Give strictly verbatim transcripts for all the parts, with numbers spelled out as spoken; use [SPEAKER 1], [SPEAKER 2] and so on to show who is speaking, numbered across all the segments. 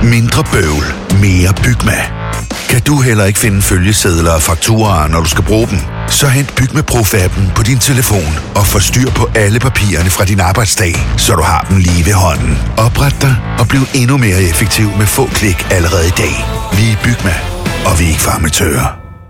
[SPEAKER 1] Mindre bøvl, mere Bygma. Kan du heller ikke finde følgesedler og fakturaer, når du skal bruge dem? Så hent Bygma Pro-appen på din telefon og få styr på alle papirerne fra din arbejdsdag, så du har dem lige ved hånden. Opret dig og bliv endnu mere effektiv med få klik allerede i dag. Vi er Bygma, og vi er ikke farmatører.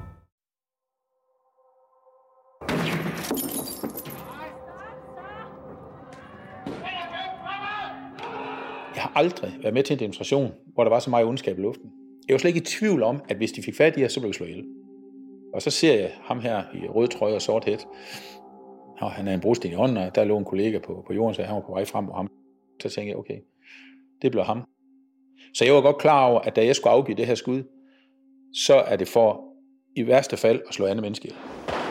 [SPEAKER 2] Jeg har aldrig været med til en demonstration, hvor der var så meget ondskab i luften. Jeg var slet ikke i tvivl om, at hvis de fik fat i os, så blev vi slået ihjel. Og så ser jeg ham her i rød trøje og sort hæt. Og han er en brosten i hånden, og der lå en kollega på, på jorden, så han var på vej frem på ham. Så tænkte jeg, okay, det blev ham. Så jeg var godt klar over, at da jeg skulle afgive det her skud, så er det for i værste fald at slå andre mennesker ihjel.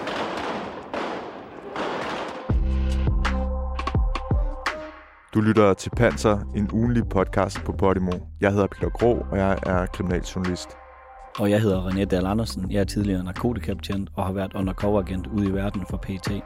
[SPEAKER 3] Du lytter til Panser, en ugenlig podcast på Podimo. Jeg hedder Peter Grå, og jeg er kriminaljournalist.
[SPEAKER 4] Og jeg hedder René Dahl Andersen. Jeg er tidligere narkotikabetjent og har været undercoveragent ude i verden for P E T.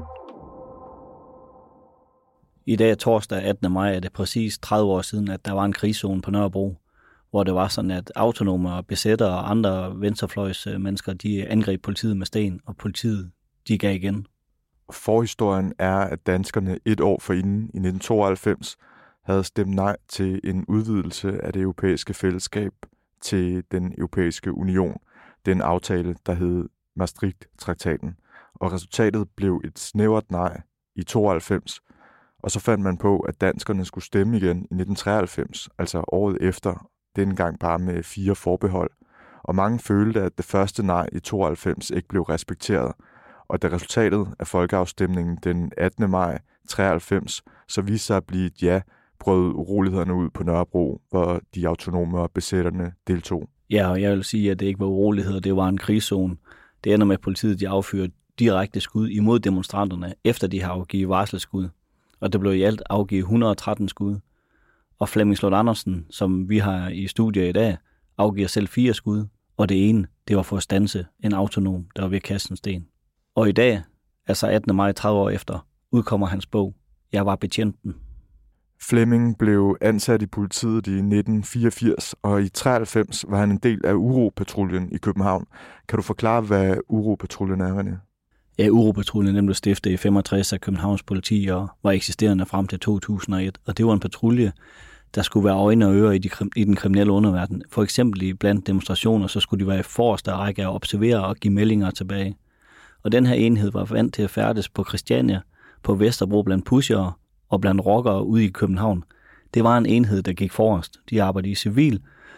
[SPEAKER 4] I dag er torsdag attende maj, er det præcis tredive år siden, at der var en krigszone på Nørrebro, hvor det var sådan, at autonome og besætter og andre venstrefløjs mennesker, de angreb politiet med sten, og politiet, de gav igen.
[SPEAKER 3] Forhistorien er, at danskerne et år forinden i nitten tooghalvfems havde stemt nej til en udvidelse af det europæiske fællesskab til den europæiske union. Den aftale, der hed Maastricht-traktaten. Og resultatet blev et snævert nej i tooghalvfems. Og så fandt man på, at danskerne skulle stemme igen i nitten treoghalvfems, altså året efter, dengang bare med fire forbehold. Og mange følte, at det første nej i tooghalvfems ikke blev respekteret. Og da resultatet af folkeafstemningen den attende maj treoghalvfems så viste sig at blive et ja, brød urolighederne ud på Nørrebro, hvor de autonome og besætterne deltog.
[SPEAKER 4] Ja, og jeg vil sige, at det ikke var uroligheder, det var en krigszone. Det ender med, at politiet de affyrer direkte skud imod demonstranterne, efter de har afgivet varselsskud. Og der blev i alt afgivet et hundrede og tretten skud. Og Flemming Slot Andersen, som vi har i studiet i dag, afgiver selv fire skud. Og det ene, det var for at standse en autonom, der var ved at kaste en sten. Og i dag, altså attende maj tredive år efter, udkommer hans bog, Jeg var betjenten.
[SPEAKER 3] Flemming blev ansat i politiet i nitten fireogfirs, og i treoghalvfems var han en del af Uropatruljen i København. Kan du forklare, hvad Uropatruljen er, René?
[SPEAKER 4] Ja, Uropatruljen blev stiftet i femogtres af Københavns politi og var eksisterende frem til to tusind og et. Og det var en patrulje, der skulle være øjne og ører i, de, i den kriminelle underverden. For eksempel i blandt demonstrationer, så skulle de være i forreste række at observere og give meldinger tilbage. Og den her enhed var vant til at færdes på Christiania, på Vesterbro blandt pushere og blandt rockere ude i København. Det var en enhed, der gik forrest. De arbejdede i civil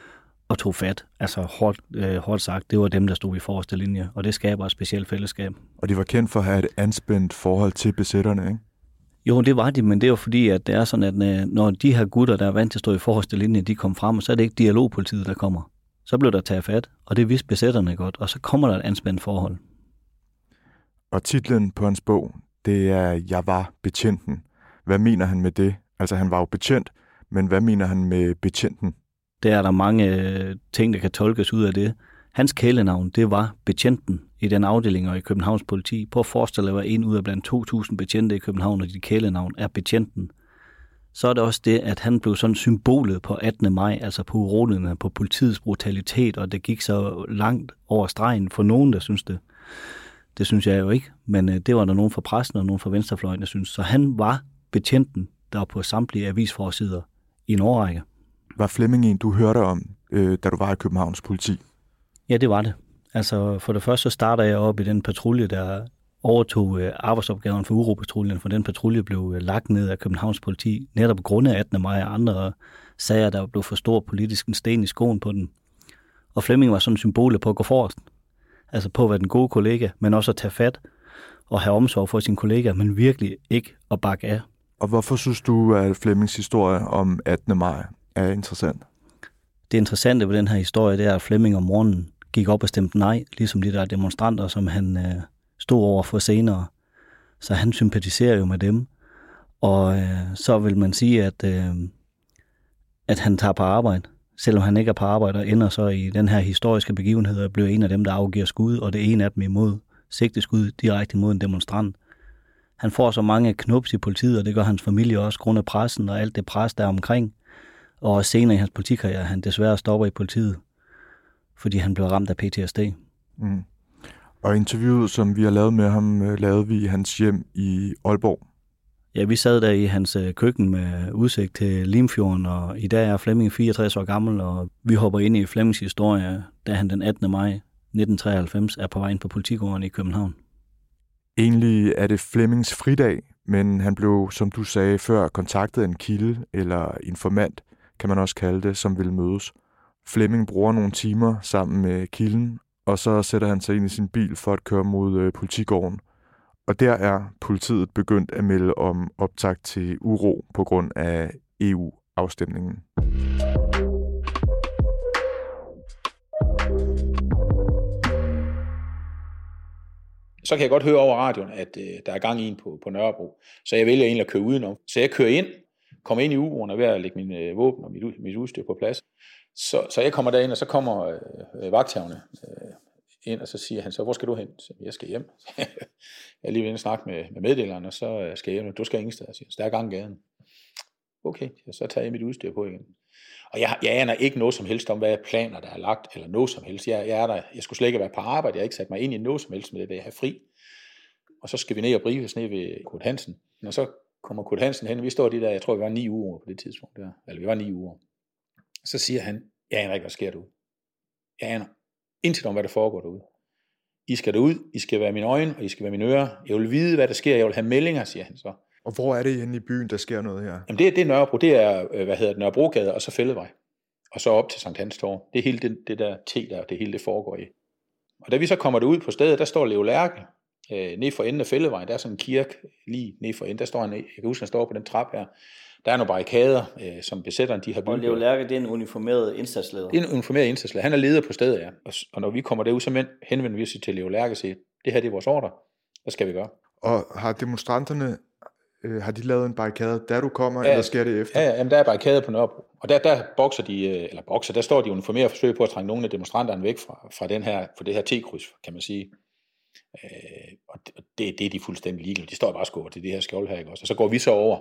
[SPEAKER 4] og tog fat. Altså hårdt, øh, hårdt sagt, det var dem, der stod i forreste linje, og det skaber et specielt fællesskab.
[SPEAKER 3] Og de var kendt for at have et anspændt forhold til besætterne, ikke?
[SPEAKER 4] Jo, det var de, men det var fordi, at det er sådan, at når de her gutter, der er vant til at stå i forreste linje, de kom frem, så er det ikke dialogpolitiet, der kommer. Så blev der taget fat, og det vidste besætterne godt, og så kommer der et anspændt forhold.
[SPEAKER 3] Og titlen på hans bog, det er Jeg var betjenten. Hvad mener han med det? Altså, han var jo betjent, men hvad mener han med betjenten?
[SPEAKER 4] Der er der mange ting, der kan tolkes ud af det. Hans kælenavn, det var betjenten i den afdeling og i Københavns politi. Prøv at forestille dig, at en ud af blandt to tusind betjente i København, og dit kælenavn er betjenten. Så er det også det, at han blev sådan symbolet på attende maj, altså på urolighederne, på politiets brutalitet, og det gik så langt over stregen for nogen, der synes det. Det synes jeg jo ikke, men det var der nogen fra pressen og nogen fra venstrefløjen, der synes. Så han var betjenten, der var på samtlige avisforsider i en årrække.
[SPEAKER 3] Var Flemming en, du hørte om, øh, da du var i Københavns politi?
[SPEAKER 4] Ja, det var det. Altså for det første så starter jeg op i den patrulje, der overtog øh, arbejdsopgaven for Uropatruljen, for den patrulje blev øh, lagt ned af Københavns politi, netop på grund af attende maj og andre sager, der blev for stor politisk en sten i skoen på den. Og Flemming var sådan en symbol på at gå forrest. Altså på at være den gode kollega, men også at tage fat og have omsorg for sine kollegaer, men virkelig ikke at bakke af.
[SPEAKER 3] Og hvorfor synes du, at Flemmings historie om attende maj er interessant?
[SPEAKER 4] Det interessante ved den her historie, det er, at Flemming om morgenen gik op og stemte nej, ligesom de der demonstranter, som han øh, stod over for senere. Så han sympatiserer jo med dem. Og øh, så vil man sige, at, øh, at han tager på arbejde. Selvom han ikke er på arbejde og ender så i den her historiske begivenhed og bliver en af dem, der afgiver skud, og det er en af dem imod sigteskud direkte imod en demonstrant. Han får så mange knups i politiet, og det gør hans familie også, grund af pressen og alt det pres, der er omkring. Og senere i hans politikarriere, han desværre stopper i politiet, fordi han blev ramt af P T S D.
[SPEAKER 3] Mm. Og interviewet, som vi har lavet med ham, lavede vi i hans hjem i Aalborg.
[SPEAKER 4] Ja, vi sad der i hans køkken med udsigt til Limfjorden, og i dag er Flemming fireogtres år gammel, og vi hopper ind i Flemmings historie, da han den attende maj nitten treoghalvfems er på vej ind på politigården i København.
[SPEAKER 3] Egentlig er det Flemmings fridag, men han blev, som du sagde før, kontaktet af en kilde, eller informant, kan man også kalde det, som vil mødes. Flemming bruger nogle timer sammen med kilden, og så sætter han sig ind i sin bil for at køre mod øh, politigården. Og der er politiet begyndt at melde om optakt til uro på grund af E U-afstemningen.
[SPEAKER 2] Så kan jeg godt høre over radioen, at øh, der er gang i en på, på Nørrebro. Så jeg vælger egentlig at køre udenom. Så jeg kører ind, kommer ind i uroen og ved at lægge mine øh, våben og mit, mit udstyr på plads. Så, så jeg kommer derind, og så kommer øh, vagthavne øh, ind, og så siger han så, hvor skal du hen? Så jeg skal hjem. Jeg er lige ved at snakke med, med meddeleren, og så skal jeg hjem. Du skal ingen steder, siger så der er gang i gaden. Okay, så tager jeg mit udstyr på igen. Og jeg, jeg aner ikke noget som helst om, hvad planer der er lagt, eller noget som helst. Jeg, jeg, er der, jeg skulle slet ikke være på arbejde, jeg har ikke sat mig ind i noget som helst med det, ved at have fri. Og så skal vi ned og briefes ned ved Kurt Hansen. Og så kommer Kurt Hansen hen, og vi står de der, jeg tror vi var ni uger på det tidspunkt der, eller vi var ni uger. Så siger han, jeg aner ikke, hvad sker derude. Jeg aner intet om, hvad der foregår derude. I skal derud, I skal være mine øjne, og I skal være mine ører. Jeg vil vide, hvad der sker, jeg vil have meldinger, siger han så.
[SPEAKER 3] Og hvor er det henne i byen, der sker noget her?
[SPEAKER 2] Jamen det, det er Nørrebro, det er, hvad hedder det, Nørrebrogade, og så Fælledvej. Og så op til Sankt Hans Torv. Det er hele det, det der T der, det hele det foregår i. Og da vi så kommer derud på stedet, der står Leo Lærke, øh, nede for enden af Fælledvej, der er sådan en kirke lige nede for enden, der står han, jeg kan huske, han står på den trap her. Der er nogle barrikader, øh, som besætterne de har bygget.
[SPEAKER 4] Og Leo Lærke, det er en uniformeret indsatsleder.
[SPEAKER 2] Det er en uniformeret indsatsleder. Han er leder på stedet, ja. Og, og når vi kommer derud, så henvender vi os til Leo Lærke og siger, det her det er vores ordre. Hvad skal vi gøre?
[SPEAKER 3] Og har demonstranterne, øh, har de lavet en barrikade, da du kommer,
[SPEAKER 2] ja,
[SPEAKER 3] eller sker det efter?
[SPEAKER 2] Ja, jamen, der er barrikader på Nørrebro. Og der, der bokser de, eller bokser, der står de uniformeret og forsøger på at trænge nogle af demonstranterne væk fra, fra, den her, fra det her T-kryds, kan man sige. Øh, og det, det er de fuldstændig ligeglade. De står bare og skubber til det her skjold her, ikke også? Og så går vi så over,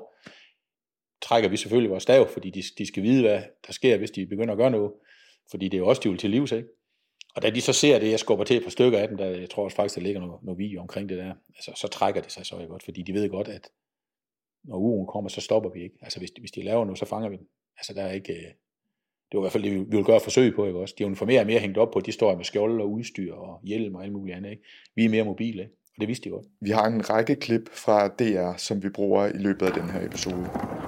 [SPEAKER 2] trækker vi selvfølgelig vores stav, fordi de, de skal vide, hvad der sker, hvis de begynder at gøre noget. Fordi det er jo også, de vil til livs, ikke? Og da de så ser det, jeg skubber til et par stykker af dem, der, jeg tror også faktisk, der ligger noget, noget video omkring det der, altså, så trækker de sig så godt, fordi de ved godt, at når ugen kommer, så stopper vi ikke. Altså hvis, hvis de laver noget, så fanger vi dem. Altså der er ikke, det var i hvert fald det, vi, vi vil gøre forsøg på, ikke også? De uniformerer mere hængt op på, de står med skjold og udstyr og hjelm og alt muligt andet, ikke? Vi er mere mobile, ikke? Og det vidste de godt.
[SPEAKER 3] Vi har en række klip fra D R, som vi bruger i løbet af den her episode.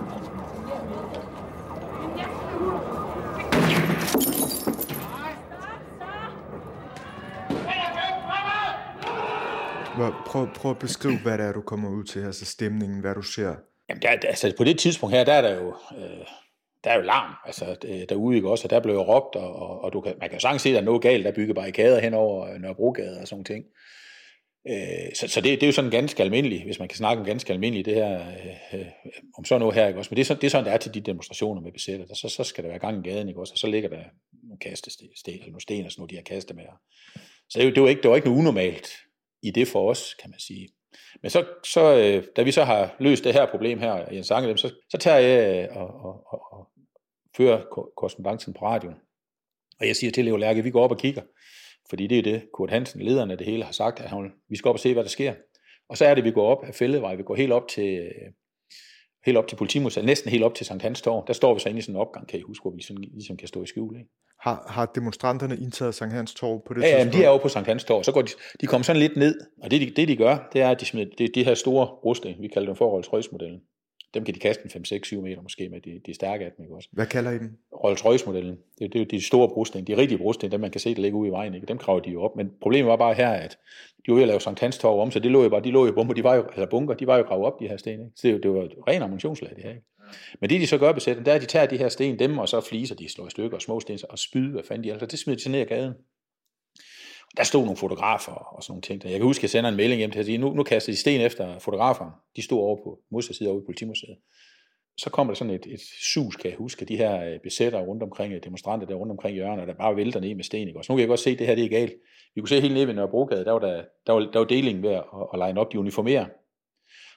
[SPEAKER 3] Prøv, prøv at beskrive, hvad det er, du kommer ud til, altså stemningen, hvad du ser.
[SPEAKER 2] Jamen, der, altså på det tidspunkt her, der er der jo, øh, der er jo larm, altså derude, ikke også, og der blev jo råbt, og, og, og du kan, man kan jo sagtens se, at der er noget galt, der bygger barrikader hen over Nørrebrogade og sådan ting. Øh, så så det, det er jo sådan ganske almindeligt, hvis man kan snakke om ganske almindeligt, det her, øh, øh, om sådan noget her, ikke også, men det er sådan, det er sådan, der er til de demonstrationer med besætter, så, så skal der være gang i gaden, ikke også, og så ligger der nogle kastesten, eller nogle sten og sådan noget, de har kastet med her. Så det, det, var ikke, det var ikke noget unormalt i det for os, kan man sige. Men så, så øh, da vi så har løst det her problem her i en sang, så, så tager jeg og, og, og, og fører korrespondancen på radioen. Og jeg siger til Leo Lærke, vi går op og kigger. Fordi det er det, Kurt Hansen, lederen af det hele, har sagt, at han, vi skal op og se, hvad der sker. Og så er det, vi går op af Fælledvej, vi går helt op til, helt op til Politimuseet, næsten helt op til Sankt Hans Torv. Der står vi så inde i sådan en opgang, kan I huske, hvor vi sådan, ligesom kan stå i skjul, ikke?
[SPEAKER 3] Har, har demonstranterne indtaget Sankt Hans Torv på det
[SPEAKER 2] ja,
[SPEAKER 3] tidspunkt?
[SPEAKER 2] Ja, de er jo på Sankt Hans Torv. Så går de, de kommer sådan lidt ned, og det de, det, de gør, det er, at de smider de, de her store brosten, vi kalder dem for Rolls-Royce-modellen. Dem kan de kaste en fem seks syv meter måske med, de, de stærke af dem, ikke også?
[SPEAKER 3] Hvad kalder I dem?
[SPEAKER 2] Rolls-Royce-modellen. Det, det er jo de store brosten, de rigtige brosten, dem man kan se, der ligger ude i vejen, ikke? Dem kraver de jo op. Men problemet var bare her, at de var ved at lave Sankt Hans Torv om, så det lå jo bare, de lå jo bunker, de var jo, eller bunker, de var jo gravet op, de her sten, ikke? Så det, det var jo ren ammunitionslag, det her, ikke? Men det de så gør besætten, der er, at de tager de her sten, dem, og så fliser, de slår i stykker, og små sten, og spyd, hvad fanden de altså, det smider de så ned ad gaden. Der stod nogle fotografer og sådan nogle ting. Jeg kan huske, at jeg sender en melding hjem til at sige, nu, nu kaster de sten efter fotograferne. De stod over på modsat side over i Politimuseet. Så kommer der sådan et, et sus, kan jeg huske, de her besættere rundt omkring, demonstranter der rundt omkring hjørnet, der bare vælter ned med sten. Ikke? Og så nu kan jeg godt se, at det her det er galt. Vi kunne se helt nede ved Nørrebrogade, der var, der, der var, der var delingen ved at, at line op, de uniformerer.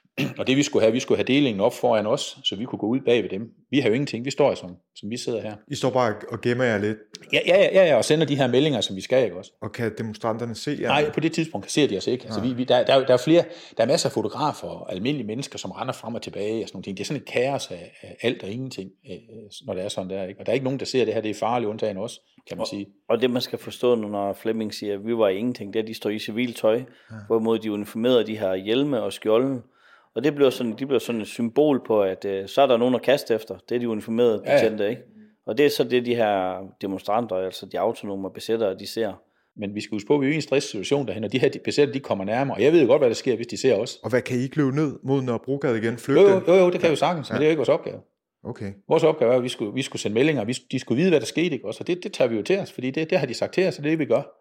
[SPEAKER 2] Og det vi skulle have, vi skulle have delingen op foran os, så vi kunne gå ud bag ved dem. Vi har jo ingenting, vi står som, som vi sidder her.
[SPEAKER 3] I står bare og gemmer jer lidt?
[SPEAKER 2] Ja, ja, ja, ja, og sender de her meldinger, som vi skal, ikke også?
[SPEAKER 3] Og kan demonstranterne se jer?
[SPEAKER 2] Nej, på det tidspunkt kan se de os ikke. Altså, vi, vi, der, der, der er flere, der er masser af fotografer og almindelige mennesker, som render frem og tilbage og sådan nogle ting. Det er sådan et kaos af, af alt og ingenting, når det er sådan der, ikke? Og der er ikke nogen, der ser det her, det er farligt, undtagen os, kan man sige.
[SPEAKER 4] Og det man skal forstå, når Flemming siger, at vi var ingenting, det er, at de står i civilt tøj, ja. Hvorimod de uniformerede de her hjelme og skjolde. Og det bliver sådan, de bliver sådan et symbol på, at øh, så er der nogen at kaste efter. Det er de uniformerede betjente, ja, ja. Ikke? Og det er så det, de her demonstranter, altså de autonome besættere, de ser.
[SPEAKER 2] Men vi skal huske på, at vi er i en stresssituation derhen, og de her besættere, de kommer nærmere. Og jeg ved jo godt, hvad der sker, hvis de ser os.
[SPEAKER 3] Og hvad kan I ikke løbe ned mod Nørrebrogade igen? Flygte?
[SPEAKER 2] Jo, jo, jo, jo det kan ja. jo sagtens, men ja. det er jo ikke vores opgave.
[SPEAKER 3] Okay.
[SPEAKER 2] Vores opgave er, at vi skulle, vi skulle sende meldinger, vi, de skulle vide, hvad der skete, ikke? Og det, det tager vi jo til os, fordi det, det har de sagt til os, og det er det, vi gør.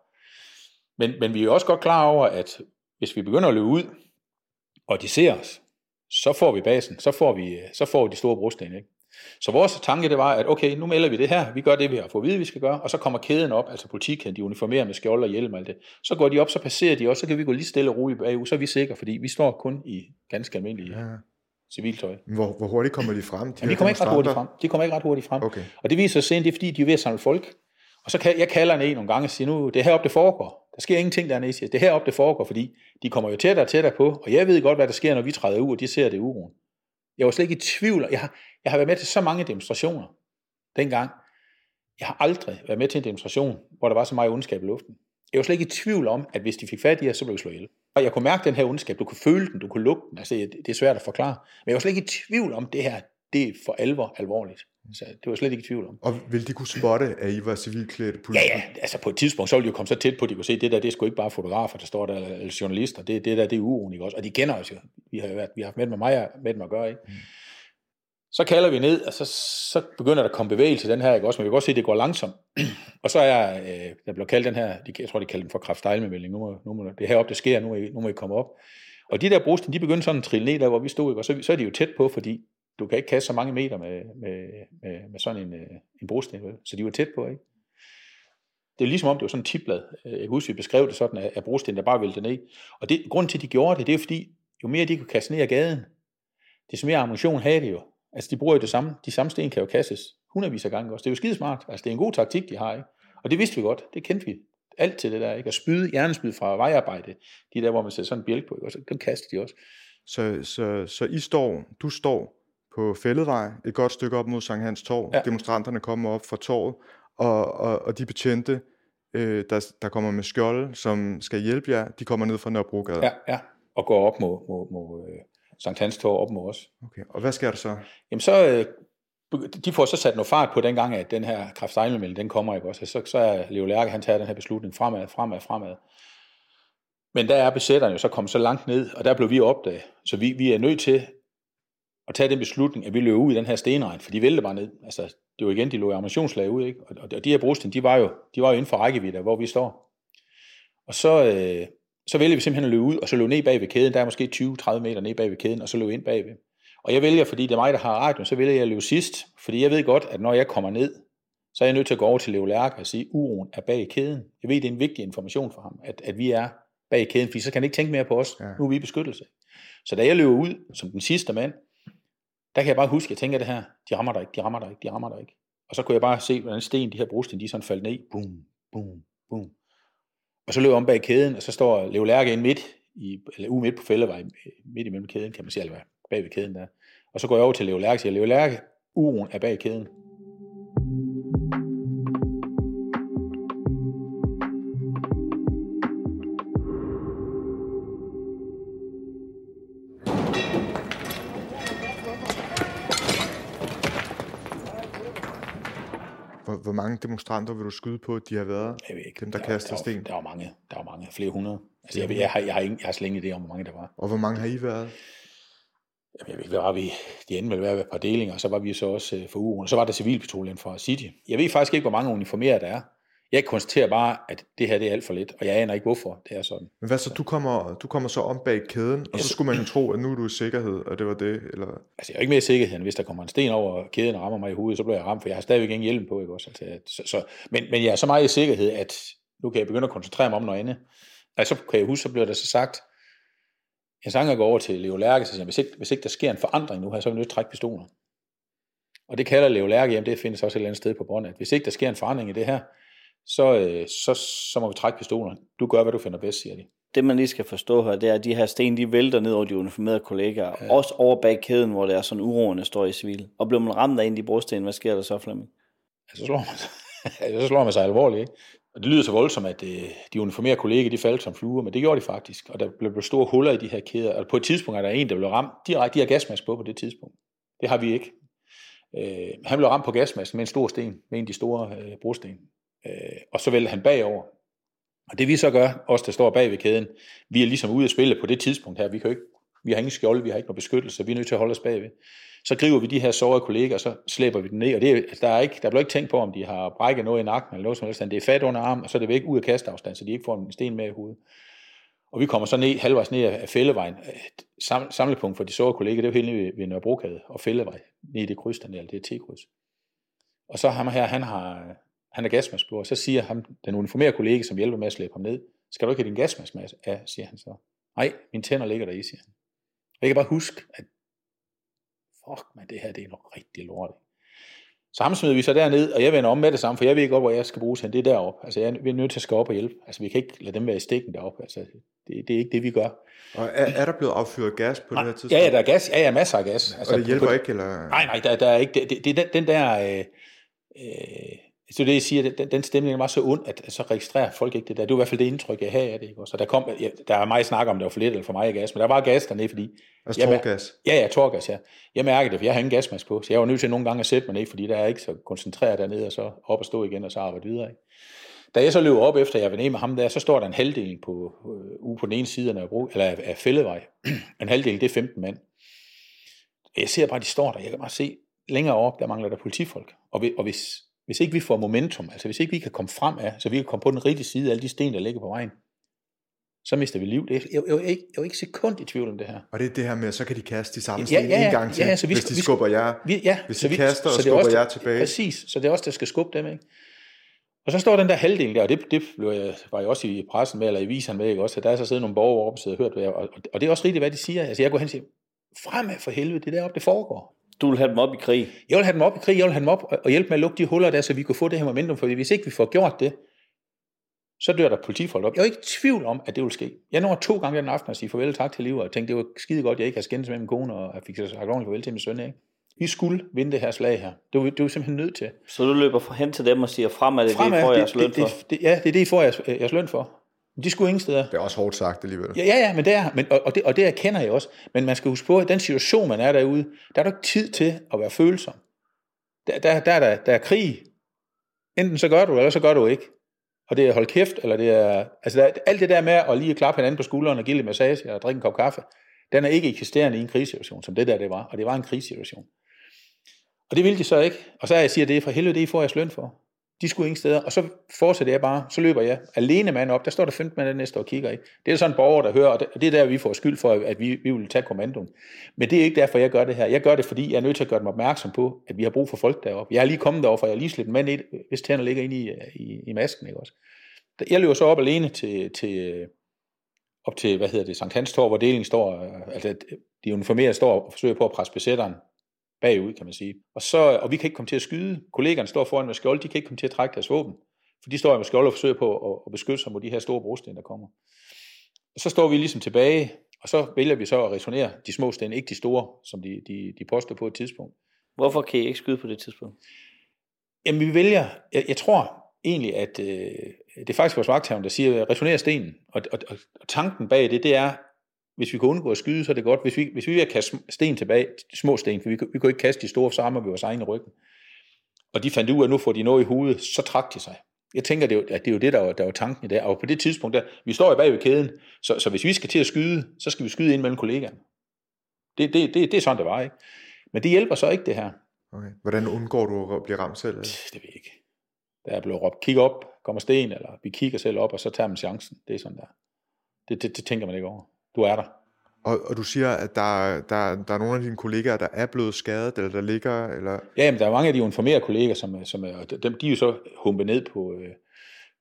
[SPEAKER 2] Men, men vi er jo også godt klar over, at hvis vi begynder at løbe ud, og de ser os, så får vi basen, så får vi, så får vi de store brosten, ikke? Så vores tanke, det var, at okay, nu melder vi det her, vi gør det, vi har fået at vide, vi skal gøre, og så kommer kæden op, altså politikæden, de uniformerer med skjold og hjelm og alt det. Så går de op, så passerer de også, så kan vi gå lige stille og roligt bagud, så er vi sikre, fordi vi står kun i ganske almindelige ja. civiltøj.
[SPEAKER 3] Hvor, hvor hurtigt kommer de frem? De,
[SPEAKER 2] ja, de kommer ikke ret hurtigt frem. De kommer ikke ret hurtigt frem.
[SPEAKER 3] Okay.
[SPEAKER 2] Og det viser sig sen, det er fordi, de er ved at samle folk. Og så kan, jeg kalder en nogle gange og siger, nu, det er heroppe, det foregår. Der sker ingenting dernede, siger, det er heroppe, det foregår, fordi de kommer jo tættere og tættere på, og jeg ved godt, hvad der sker, når vi træder ud, og de ser det uroen. Jeg var slet ikke i tvivl. Jeg har, jeg har været med til så mange demonstrationer dengang. Jeg har aldrig været med til en demonstration, hvor der var så meget ondskab i luften. Jeg var slet ikke i tvivl om, at hvis de fik fat i os, så blev vi slået ihjel. Og jeg kunne mærke den her ondskab, du kunne føle den, du kunne lugte den. Altså, det er svært at forklare. Men jeg var slet ikke i tvivl om, det her, det er for alvor alvorligt. Så det var jeg slet ikke i tvivl om.
[SPEAKER 3] Og ville de kunne spotte, at I var civilklædte politikere?
[SPEAKER 2] Ja, ja, altså på et tidspunkt, så ville de jo komme så tæt på, at de kunne se, at det der, det er sgu ikke bare fotografer, der står der, eller journalister. Det, det der, det er uroen, ikke også? Og de kender os jo. Vi har jo været, vi har haft med, med mig med dem at gøre, ikke? Mm. Så kalder vi ned, og så, så begynder der at komme bevægelse den her, ikke også? Men vi kan godt se, at det går langsomt. Og så er øh, der bliver kaldt den her, jeg tror, de kalder den for kraftstejlmelding. Nu må, nu må det heroppe, det sker, nu må, I, nu må I komme op. Og de der brosten, de begyndte sådan at trille ned der, hvor vi stod, ikke? Og så, så er de jo tæt på, fordi du kan ikke kaste så mange meter med, med, med, med sådan en, en brosten, vel? Så de var tæt på, ikke? Det er ligesom om, det var sådan en tipblad. Jeg kan huske, vi beskrev det sådan, at brosten, der bare væltede ned. Og det, grunden til, at de gjorde det, det er fordi, jo mere de kunne kaste ned ad gaden, desto mere ammunition havde de jo. Altså, de bruger jo det samme. De samme sten kan jo kastes hundredvis af gange også. Det er jo skidesmart. Altså, det er en god taktik, de har, ikke? Og det vidste vi godt. Det kendte vi alt til det der, ikke? At spyde, hjernespyd fra vejarbejde. De der, hvor man sætter sådan en bjælk på, ikke? Og så dem kaster de også.
[SPEAKER 3] Så, så, så I står, du står på Fælledvej, et godt stykke op mod Sankt Hans Torv. Ja. Demonstranterne kommer op fra torvet, og, og, og de betjente, øh, der, der kommer med skjolde, som skal hjælpe jer, de kommer ned fra Nørrebrogade.
[SPEAKER 2] Ja, ja. Og går op mod, mod, mod øh, Sankt Hans Torv op mod os.
[SPEAKER 3] Okay, og hvad sker der så? Jamen
[SPEAKER 2] så, øh, de får så sat noget fart på den gang, at den her kraftstejlmelding, den kommer, ikke også? Så, så er Leo Lærke, han tager den her beslutning fremad, fremad, fremad. Men der er besætterne jo så kommet så langt ned, og der blev vi opdaget. Så vi, vi er nødt til at tage den beslutning, at vi løber ud i den her stenregn, for de vælter bare ned. Altså, det var igen, de lå ammunitionslag ud, ikke? Og, og de her brosten, de var jo, de var jo inden for rækkevidde, hvor vi står. Og så, øh, så vælger vi simpelthen at løbe ud, og så løbe ned bag ved kæden. Der er måske tyve til tredive meter ned bag ved kæden, og så løbe ind bagved. Og jeg vælger, fordi det er mig, der har radioen, så vælger jeg at løbe sidst, fordi jeg ved godt, at når jeg kommer ned, så er jeg nødt til at gå over til Leo Lærke og sige, uroen er bag kæden. Jeg ved, det er en vigtig information for ham, at, at vi er bag kæden, fordi så kan han ikke tænke mere på os. Ja. Nu er vi i beskyttelse. Så da jeg løber ud som den sidste mand, der kan jeg bare huske, at jeg tænker det her, de rammer dig ikke, de rammer dig ikke, de rammer dig ikke. Og så kunne jeg bare se, hvordan sten, de her brosten, de sådan faldt ned. Boom, boom, boom. Og så løber jeg om bag kæden, og så står Leo Lærke ind midt, i, eller ude midt på Fældevej, midt imellem kæden, kan man sige, eller bag ved kæden der. Og så går jeg over til Leo Lærke og siger, Leo Lærke, uroen er bag kæden.
[SPEAKER 3] Hvor, hvor mange demonstranter vil du skyde på, at de har været?
[SPEAKER 2] Jeg ved ikke.
[SPEAKER 3] Dem, der,
[SPEAKER 2] der
[SPEAKER 3] kaster
[SPEAKER 2] der
[SPEAKER 3] sten?
[SPEAKER 2] Var, der var mange, der var mange, flere hundrede. Altså, jeg, jeg, har, jeg, har ingen, jeg har slet ingen idé om, hvor mange der var.
[SPEAKER 3] Og hvor mange har I været?
[SPEAKER 2] Jamen, jeg ved ikke, hvad var vi? De endte med at være et par delinger, og så var vi så også uh, for ugen, og så var der civilpatruljen fra City. Jeg ved faktisk ikke, hvor mange uniformerede der er. Jeg konstaterer bare, at det her det er alt for lidt, og jeg aner ikke, hvorfor det er sådan.
[SPEAKER 3] Men hvad så, du kommer, du kommer så om bag kæden, og så skulle man jo tro, at nu er du i sikkerhed, og det var det, eller?
[SPEAKER 2] Altså, jeg er ikke mere i sikkerhed, hvis der kommer en sten over kæden og rammer mig i hovedet, så bliver jeg ramt, for jeg har stadigvæk ingen hjelm på, ikke også? Altså, så, så, men, men jeg er så meget i sikkerhed, at nu kan jeg begynde at koncentrere mig om noget andet. Altså, så kan jeg huske, så bliver der så sagt, Jeg sanger går over til Leo Lærke, og siger, hvis ikke, hvis ikke der sker en forandring nu her, så er vi nødt til at trække pistolen. Og det kalder Leo Lærke, jamen det findes også et eller andet sted på båndet, at hvis ikke der sker en forandring i det her, så, øh, så, så må vi trække pistolen. Du gør, hvad du finder bedst, siger de.
[SPEAKER 4] Det man lige skal forstå her, det er, at de her sten, de vælter ned over de uniformerede kollegaer, ja. Også over bag kæden, hvor der er sådan uroende står i civil. Og bliver man ramt af en af de brosten, hvad sker der så, Flemming?
[SPEAKER 2] Ja, så slår man sig, så slår man sig alvorligt, ikke? Og det lyder så voldsomt, at øh, de uniformerede kollegaer, de faldt som fluer, men det gjorde de faktisk. Og der blev store huller i de her kæder. Og på et tidspunkt er der en, der blev ramt direkte. De har gasmask på på det tidspunkt. Det har vi ikke. Øh, han blev ramt på gasmasken med en stor sten, med en af de store øh, brosten. Øh, og så vælter han bagover. Og det vi så gør, os der står bag ved kæden, vi er ligesom ude at spille på det tidspunkt her. Vi kan ikke, vi har ingen skjold, vi har ikke noget beskyttelse, vi er nødt til at holde os bagved. Så griber vi de her sårede kolleger, og så slæber vi dem ned. Og det er, der, er ikke, der bliver ikke tænkt på, om de har brækket noget i nakken eller noget som helst. Det er fat under armen, og så er det væk ud af kasteafstand, så de ikke får en sten med i hovedet. Og vi kommer så ned, halvvejs ned af Fællevejen. Sam, samlepunkt for de sårede kolleger, det er jo helt nede ved, ved Nørrebrogade og Fællevej, nede i det kryds dernede, det er T-kryds. Og så ham her, han har... Han er gasmask på, og så siger ham, den uniformerede kollega, som hjælper med at slæbe ham ned, skal du ikke have din gasmask med? Ja, siger han så. Nej, mine tænder ligger der i, siger han. Og jeg kan bare huske, at fuck man, det her det er noget rigtig lort. Så ham smider vi så derned, og jeg vender om med det samme, for jeg ved ikke op, hvor jeg skal bruges hen. Det er deroppe. Altså, jeg er nødt til at skal op og hjælpe. Altså, vi kan ikke lade dem være i stikken deroppe. Altså, det, det er ikke det, vi gør.
[SPEAKER 3] Og er, er der blevet affyret gas på
[SPEAKER 2] nej,
[SPEAKER 3] det her tidspunkt?
[SPEAKER 2] Ja, ja, der er gas. Ja, ja, masser af gas. Altså,
[SPEAKER 3] og det hjælper
[SPEAKER 2] på,
[SPEAKER 3] ikke, eller?
[SPEAKER 2] Nej, nej, der, der er ikke. Det, det, det er den, den der... Øh, øh, Så det, jeg siger, den, den stemning var så ond, at, at så registrerer folk ikke det der. Det var i hvert fald det indtryk, jeg havde af det. Ikke? Så der kom, ja, der er meget snak om, det var for lidt eller for meget gas, men der var gas dernede, fordi...
[SPEAKER 3] Altså tårgas?
[SPEAKER 2] Ja, ja, tårgas, ja. Jeg mærkede det, for jeg har ingen gasmask på, så jeg var nødt til nogle gange at sætte mig ned, fordi der er ikke så koncentreret dernede, og så op og stå igen, og så arbejde videre. Ikke? Da jeg så løber op efter, jeg var nede med ham der, så står der en halvdel på, øh, ude på den ene side af Nørrebro, eller af, af Fællevej. En halvdel, det er femten mand. Jeg ser bare, de står der. Jeg kan bare se, længere op, der mangler der politifolk. Og, og hvis... Hvis ikke vi får momentum, altså hvis ikke vi kan komme frem af, så vi kan komme på den rigtige side af alle de sten, der ligger på vejen, så mister vi liv. Jeg, jeg, jeg, er ikke, jeg er ikke sekund i tvivl om det her.
[SPEAKER 3] Og det er det her med, så kan de kaste de samme
[SPEAKER 2] ja,
[SPEAKER 3] sten
[SPEAKER 2] ja, ja,
[SPEAKER 3] en gang til,
[SPEAKER 2] ja, så vi,
[SPEAKER 3] hvis de
[SPEAKER 2] vi,
[SPEAKER 3] skubber jer.
[SPEAKER 2] Vi, ja,
[SPEAKER 3] hvis
[SPEAKER 2] så
[SPEAKER 3] de
[SPEAKER 2] vi,
[SPEAKER 3] kaster og
[SPEAKER 2] så
[SPEAKER 3] skubber
[SPEAKER 2] også,
[SPEAKER 3] jer tilbage.
[SPEAKER 2] Præcis, så det er også der skal skubbe dem, ikke? Og så står den der halvdel der, og det, det blev jeg, var jeg også i pressen med, eller i viseren med, ikke? Også, at der er så siddet nogle borgere oppe og sidder og hørt, hvad jeg, og, og det er også rigtigt, hvad de siger. Altså jeg går hen og siger, fremad for helvede, det deroppe, det foregår.
[SPEAKER 4] Du vil have dem op i krig?
[SPEAKER 2] Jeg vil have dem op i krig, jeg vil have dem op og hjælpe med at lukke de huller der, så vi kunne få det her momentum, for hvis ikke vi får gjort det, så dør der politifolk op. Jeg er ikke i tvivl om, at det vil ske. Jeg når to gange den aften at sige farvel tak til livet, og tænkte, det var skide godt, jeg ikke har skændes med min kone, og jeg fik sagt ordentligt farvel til min søn, ikke? Vi skulle vinde det her slag her. Det var, det var simpelthen nødt til.
[SPEAKER 4] Så du løber hen til dem og siger, fremad, det er
[SPEAKER 2] fremad,
[SPEAKER 4] det, I får
[SPEAKER 2] det,
[SPEAKER 4] jeres løn
[SPEAKER 2] det,
[SPEAKER 4] for?
[SPEAKER 2] Det, det, ja, det er det, I får jeres, jeres løn for. De skulle ingen steder.
[SPEAKER 3] Det er også hårdt sagt alligevel.
[SPEAKER 2] Ja, ja, ja, men det er, men, og, det, og det erkender jeg også. Men man skal huske på, at den situation, man er derude, der er der ikke tid til at være følsom. Der, der, der, der, der er krig. Enten så gør du, eller så gør du ikke. Og det er hold kæft, eller det er... Altså, der, alt det der med at lige klappe hinanden på skulderen og give lidt massage og drikke en kop kaffe, den er ikke eksisterende i en krigssituation, som det der det var. Og det var en krigssituation. Og det ville de så ikke. Og så er jeg siger, det er for helvede, det I får jeres løn for. De skulle ingen steder, og så fortsætter jeg bare, så løber jeg alene mand op, der står der femten mand der næste og kigger, ikke? Det er sådan en borger, der hører, og det er der, vi får skyld for, at vi, vi vil tage kommandoen. Men det er ikke derfor, jeg gør det her. Jeg gør det, fordi jeg er nødt til at gøre dem opmærksom på, at vi har brug for folk deroppe. Jeg er lige kommet deroppe, for jeg har lige slæbt mand ind, hvis tænder ligger inde i, i, i masken, ikke også? Jeg løber så op alene til, til op til, hvad hedder det, Sankt Hans Torv, hvor delingen står, altså de uniformerede står og forsøger på at presse besætteren bagud, kan man sige. Og, så, og vi kan ikke komme til at skyde. Kollegerne står foran med skjold, de kan ikke komme til at trække deres våben. For de står med skjold og forsøger på at, at beskytte sig mod de her store brosten, der kommer. Og så står vi ligesom tilbage, og så vælger vi så at returnere de små sten, ikke de store, som de, de, de påstår på et tidspunkt.
[SPEAKER 4] Hvorfor kan I ikke skyde på det tidspunkt?
[SPEAKER 2] Jamen vi vælger, jeg, jeg tror egentlig, at øh, det er faktisk vores vagthavn, der siger, returnere stenen. Og, og, og tanken bag det, det er, hvis vi kan undgå at skyde, så er det godt. Hvis vi, hvis vi vil kaste sten tilbage, små sten, for vi, vi kunne ikke kaste de store, så rammer vi vores egne ryggen. Og de fandt ud af, at nu får de noget i hovedet, så trak de sig. Jeg tænker, det er jo, at det er jo det, der var, der var tanken i det. Og på det tidspunkt, der, vi står jo bag ved kæden, så, så hvis vi skal til at skyde, så skal vi skyde ind mellem kollegaerne. Det, det, det, det er sådan, det var, ikke? Men det hjælper så ikke, det her.
[SPEAKER 3] Okay. Hvordan undgår du at blive ramt selv? Eller?
[SPEAKER 2] Det ved jeg ikke. Der er blevet råbt, kig op, kommer sten, eller vi kigger selv op, og så tager man chancen. Det er sådan der. Det, det, det tænker man ikke over. Du er der.
[SPEAKER 3] Og, og du siger, at der, der, der er nogle af dine kollegaer, der er blevet skadet, eller der ligger, eller...
[SPEAKER 2] Ja, men der er mange af de uniformerede kollegaer, som, som er, dem, de er jo så humpet ned på, øh,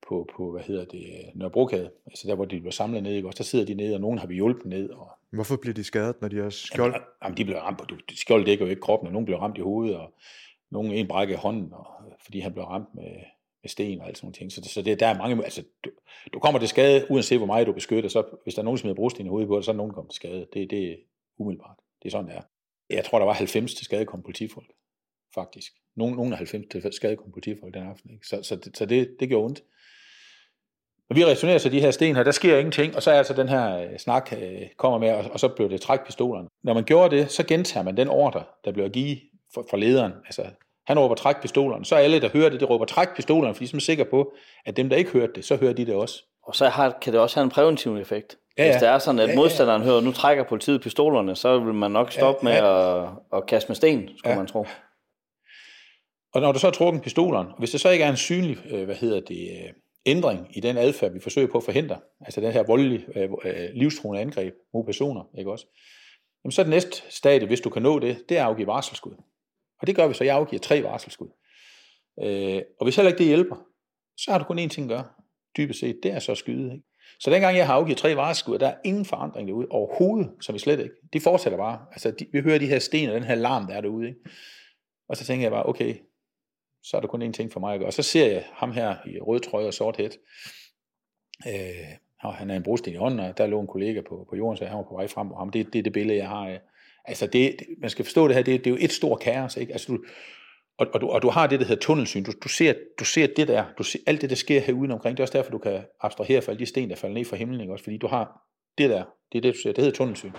[SPEAKER 2] på, på, hvad hedder det, Nørrebrogade, altså der, hvor de blev samlet ned, ikke? Også der sidder de nede, og nogen har vi hjulpet ned. Og...
[SPEAKER 3] Hvorfor bliver de skadet, når de har skjold?
[SPEAKER 2] Jamen, jamen de bliver ramt på, skjold dækker jo ikke kroppen, og nogen bliver ramt i hovedet, og nogen en brækker i hånden, og, fordi han blev ramt med, med sten og alt sådan nogle ting. Så, så det, der er mange, altså du, du kommer til skade, uanset hvor meget du beskytter, så hvis der er nogen, der smider brosten i hovedet på dig, så er nogen, der kommer til skade. Det, det er umiddelbart. Det er sådan, det er. Jeg tror, der var halvfems til skade kom politifolk, faktisk. Nogen, nogen af halvfems til skade kom politifolk den aften, ikke? Så, så, det, så det, det gjorde ondt. Og vi resonerer så de her sten her, der sker ingenting, og så er altså den her øh, snak øh, kommer med, og, og så blev det trækpistolerne. Når man gjorde det, så gentager man den ordre, der blev givet fra lederen. Altså, han råber trækpistolerne, så alle, der hører det, de råber trækpistolerne, fordi de er sikre på, at dem, der ikke hørte det, så hører de det også.
[SPEAKER 4] Og så har, kan det også have en præventiv effekt.
[SPEAKER 2] Ja, ja.
[SPEAKER 4] Hvis det er sådan, at
[SPEAKER 2] ja,
[SPEAKER 4] modstanderen
[SPEAKER 2] ja, ja.
[SPEAKER 4] hører, nu trækker politiet pistolerne, så vil man nok stoppe ja, ja. med at, at kaste med sten, skulle ja. man tro.
[SPEAKER 2] Og når du så har trukket pistolerne, hvis det så ikke er en synlig, øh, hvad hedder det, øh, ændring i den adfærd, vi forsøger på at forhindre, altså den her voldelige, øh, livstruende angreb mod personer, ikke også? Jamen så er det næste stadie, hvis du kan nå det, det er at afgive varselsskud. Og det gør vi så, jeg afgiver tre varselsskud. Øh, og hvis heller ikke det hjælper, så har du kun én ting at gøre, dybest set, det er så at skyde, ikke? Så dengang jeg har afgivet tre varselsskud, der er ingen forandring derude overhovedet, som vi slet ikke. De fortsætter bare. Altså de, vi hører de her sten og den her larm, der er derude, ikke? Og så tænker jeg bare, okay, så er der kun én ting for mig at gøre. Og så ser jeg ham her i rød trøje og sort hæt. Øh, han er en brosten i hånden, og der lå en kollega på, på jorden, så han var på vej frem på ham. Det, det er det billede, jeg har af. Altså, det, det, man skal forstå det her, det, det er jo et stort kaos, ikke? Altså, du, og, og, du, og du har det, der hedder tunnelsyn. Du, du, ser, du ser det der, du ser alt det, der sker herude omkring. Det er også derfor, du kan abstrahere for alle de sten, der falder ned fra himlen, ikke? Også fordi du har det der, det er det, du ser. Det hedder tunnelsyn.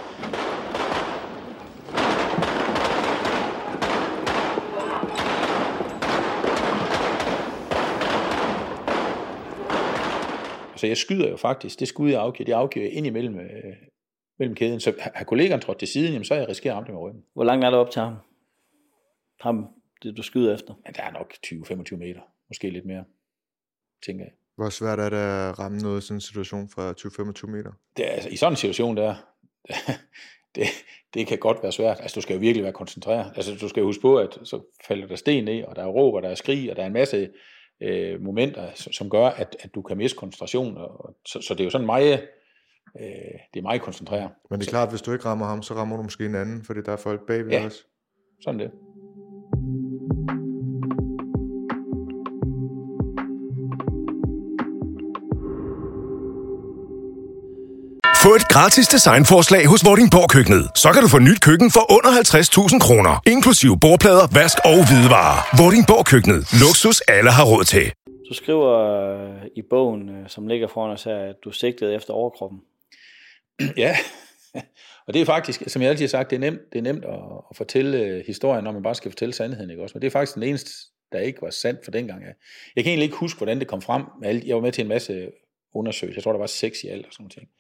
[SPEAKER 2] Så jeg skyder jo faktisk, det skud jeg afgiver, det afgiver jeg ind imellem øh, mellem kæden. Så har kollegaen trådt til siden, jamen, så er jeg risikerer at ramme det med ryggen.
[SPEAKER 4] Hvor langt er det op til ham? Ham, det du skyder efter?
[SPEAKER 2] Ja, der er nok tyve til femogtyve meter. Måske lidt mere, tænker jeg.
[SPEAKER 3] Hvor svært er det at ramme noget i sådan en situation fra tyve til femogtyve meter?
[SPEAKER 2] Det er, altså, i sådan en situation der, det, det kan godt være svært. Altså, du skal jo virkelig være koncentreret. Altså, du skal jo huske på, at så falder der sten ned, og der er råb, og der er skrig, og der er en masse øh, momenter, som gør, at, at du kan miste koncentration. Og, så, så det er jo sådan meget, øh, det er meget koncentreret.
[SPEAKER 3] Men det er klart, at hvis du ikke rammer ham, så rammer du måske en anden, fordi der er folk bagved
[SPEAKER 2] ja,
[SPEAKER 3] os.
[SPEAKER 2] Sådan det.
[SPEAKER 5] Få et gratis designforslag hos Vordingborg Køkkenet. Så kan du få nyt køkken for under halvtreds tusind kroner. Inklusiv bordplader, vask og hvidevarer. Vordingborg Køkkenet. Luksus alle har råd til.
[SPEAKER 4] Du skriver i bogen, som ligger foran os her, at du sigtede efter overkroppen.
[SPEAKER 2] Ja, og det er faktisk, som jeg altid har sagt, det er nemt, det er nemt at, at fortælle historien, når man bare skal fortælle sandheden, ikke også? Men det er faktisk den eneste, der ikke var sandt for dengang. Jeg kan egentlig ikke huske, hvordan det kom frem. Jeg var med til en masse undersøgelser. Jeg tror, der var seks i alt og sådan noget ting.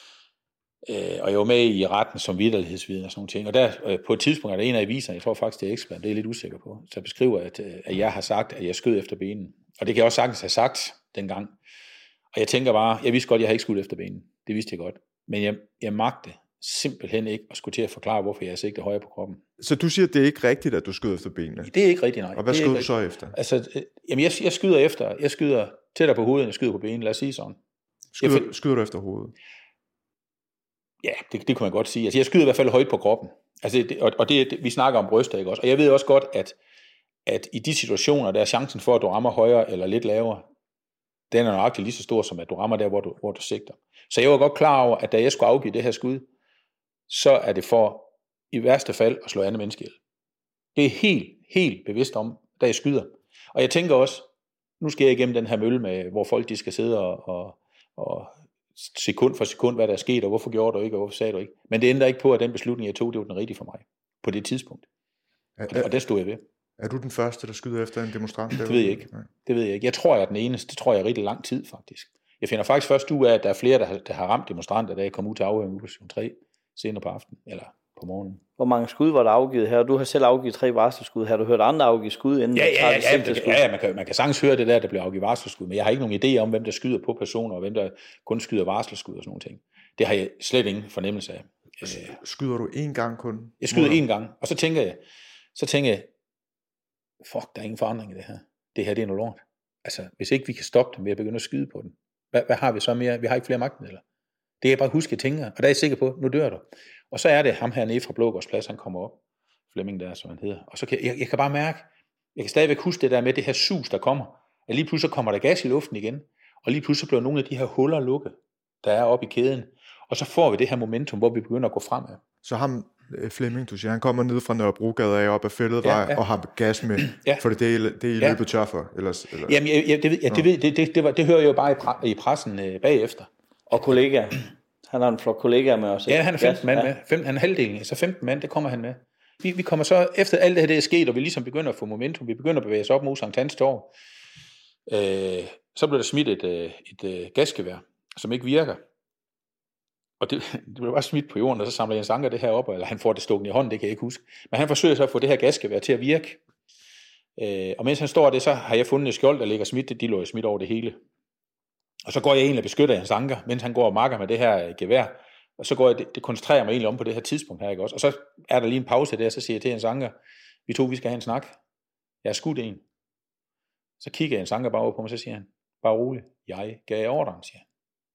[SPEAKER 2] Og jeg var med i retten som vitterlighedsvidne og sådan nogle ting. Og der på et tidspunkt er der en af aviserne, jeg tror faktisk det er Ekstrabladet, det er jeg lidt usikker på, så jeg beskriver, at, at jeg har sagt, at jeg skød efter benen. Og det kan jeg også sagtens have sagt dengang. Og jeg tænker bare, jeg vidste godt, at jeg har ikke skudt efter benen. Det vidste jeg godt. Men jeg, jeg magte simpelthen ikke at skulle til at forklare, hvorfor jeg sigtede højere på kroppen.
[SPEAKER 3] Så du siger, at det er ikke rigtigt, at du skød efter benene?
[SPEAKER 2] Det er ikke rigtigt, nej.
[SPEAKER 3] Og hvad skød du så efter?
[SPEAKER 2] Altså, jamen jeg, jeg skyder efter, jeg skyder tættere på hovedet, end jeg skyder på benen, lad os sige sådan.
[SPEAKER 3] Skyder,
[SPEAKER 2] jeg,
[SPEAKER 3] skyder du efter hovedet?
[SPEAKER 2] Ja, det, det kunne man godt sige. Altså, jeg skyder i hvert fald højt på kroppen. Altså, det, og og det, det, vi snakker om bryster, ikke også? Og jeg ved også godt, at, at i de situationer, der er chancen for, at du rammer højere eller lidt lavere, den er nøjagtigt lige så stor, som at du rammer der, hvor du, hvor du sigter. Så jeg var godt klar over, at da jeg skulle afgive det her skud, så er det for i værste fald at slå andre mennesker ihjel. Det er helt, helt bevidst om, da jeg skyder. Og jeg tænker også, nu skal jeg igennem den her mølle med, hvor folk de skal sidde og, og, og sekund for sekund, hvad der er sket, og hvorfor gjorde du ikke, og hvorfor sagde du ikke. Men det ændrer ikke på, at den beslutning, jeg tog, det var den rigtige for mig på det tidspunkt. Er, er, og det stod jeg ved.
[SPEAKER 3] Er du den første, der skyder efter en demonstrant?
[SPEAKER 2] Det ved jeg ikke. Det ved jeg ikke. Jeg tror, jeg er den eneste. Det tror jeg er rigtig lang tid, faktisk. Jeg finder faktisk først ud af, at der er flere, der har, der har ramt demonstranter, da jeg kom ud til afhøring på station tre, senere på aftenen, eller på morgenen.
[SPEAKER 4] Hvor mange skud var der afgivet her? Du har selv afgivet tre varselsskud. Har du hørt andre afgive skud, inden
[SPEAKER 2] ja,
[SPEAKER 4] du tager
[SPEAKER 2] ja,
[SPEAKER 4] det
[SPEAKER 2] ja,
[SPEAKER 4] sigtede
[SPEAKER 2] ja,
[SPEAKER 4] skud?
[SPEAKER 2] ja, man kan, man kan sagtens høre det der, der bliver afgivet varselsskud, men jeg har ikke nogen idé om, hvem der skyder på personer, og hvem der kun skyder varselsskud og sådan nogle ting. Det har jeg slet ingen fornemmelse af.
[SPEAKER 3] Skyder du én gang kun?
[SPEAKER 2] Jeg skyder én gang, og så tænker jeg, så tænker jeg, fuck, der er ingen forandring i det her. Det her, det er noget lort. altså, hvis ikke vi kan stoppe dem ved at begynde at skyde på den, hvad, hvad har vi så mere? Vi har ikke flere magtmidler. Det er jeg bare huske, jeg tænker, og der er jeg sikker på, nu dør du. Og så er det ham her nede fra Blågårdsplads, han kommer op, Flemming der, som han hedder, og så kan jeg, jeg kan bare mærke, jeg kan stadigvæk huske det der med det her sus, der kommer, at lige pludselig kommer der gas i luften igen, og lige pludselig bliver nogle af de her huller lukket, der er oppe i kæden, og så får vi det her momentum, hvor vi begynder at gå fremad.
[SPEAKER 3] Så ham, Flemming, du siger, han kommer ned fra Nørrebrogade af op ad Fælledvej, ja, ja. og har gas med, ja. for det, det er, det er I ja. løbet tør for? Eller, eller?
[SPEAKER 2] Jamen, jeg, jeg, det, ved, ja, det, ved, det, det, det, var, det hører jeg jo bare i, pra, i pressen øh, bagefter.
[SPEAKER 4] Og kollegaer. Han har en flok kollegaer med os.
[SPEAKER 2] Ja, han er femten mand ja. med. femten, han er halvdelen, så femten mand, det kommer han med. Vi, vi kommer så, efter alt det her det er sket, og vi ligesom begynder at få momentum, vi begynder at bevæge os op mod Sankt Hans Torv, øh, så bliver der smidt et, et, et, et gasgevær, som ikke virker. Og det, det bliver bare smidt på jorden, og så samler Jens Anker det her op, eller han får det stukket i hånden, det kan jeg ikke huske. Men han forsøger så at få det her gasgevær til at virke. Øh, og mens han står det, så har jeg fundet et skjold, der ligger smidt, de lå jo smidt over det hele. Og så går jeg egentlig og beskytter Jens Anker, mens han går og makker med det her gevær. Og så går jeg, det, det koncentrerer mig egentlig om på det her tidspunkt her, ikke også? Og så er der lige en pause der, så siger jeg til Jens Anker, vi to, vi skal have en snak. Jeg har skudt en. Så kigger Jens Anker bare over på mig, så siger han, bare rolig, jeg gav ordren, siger han.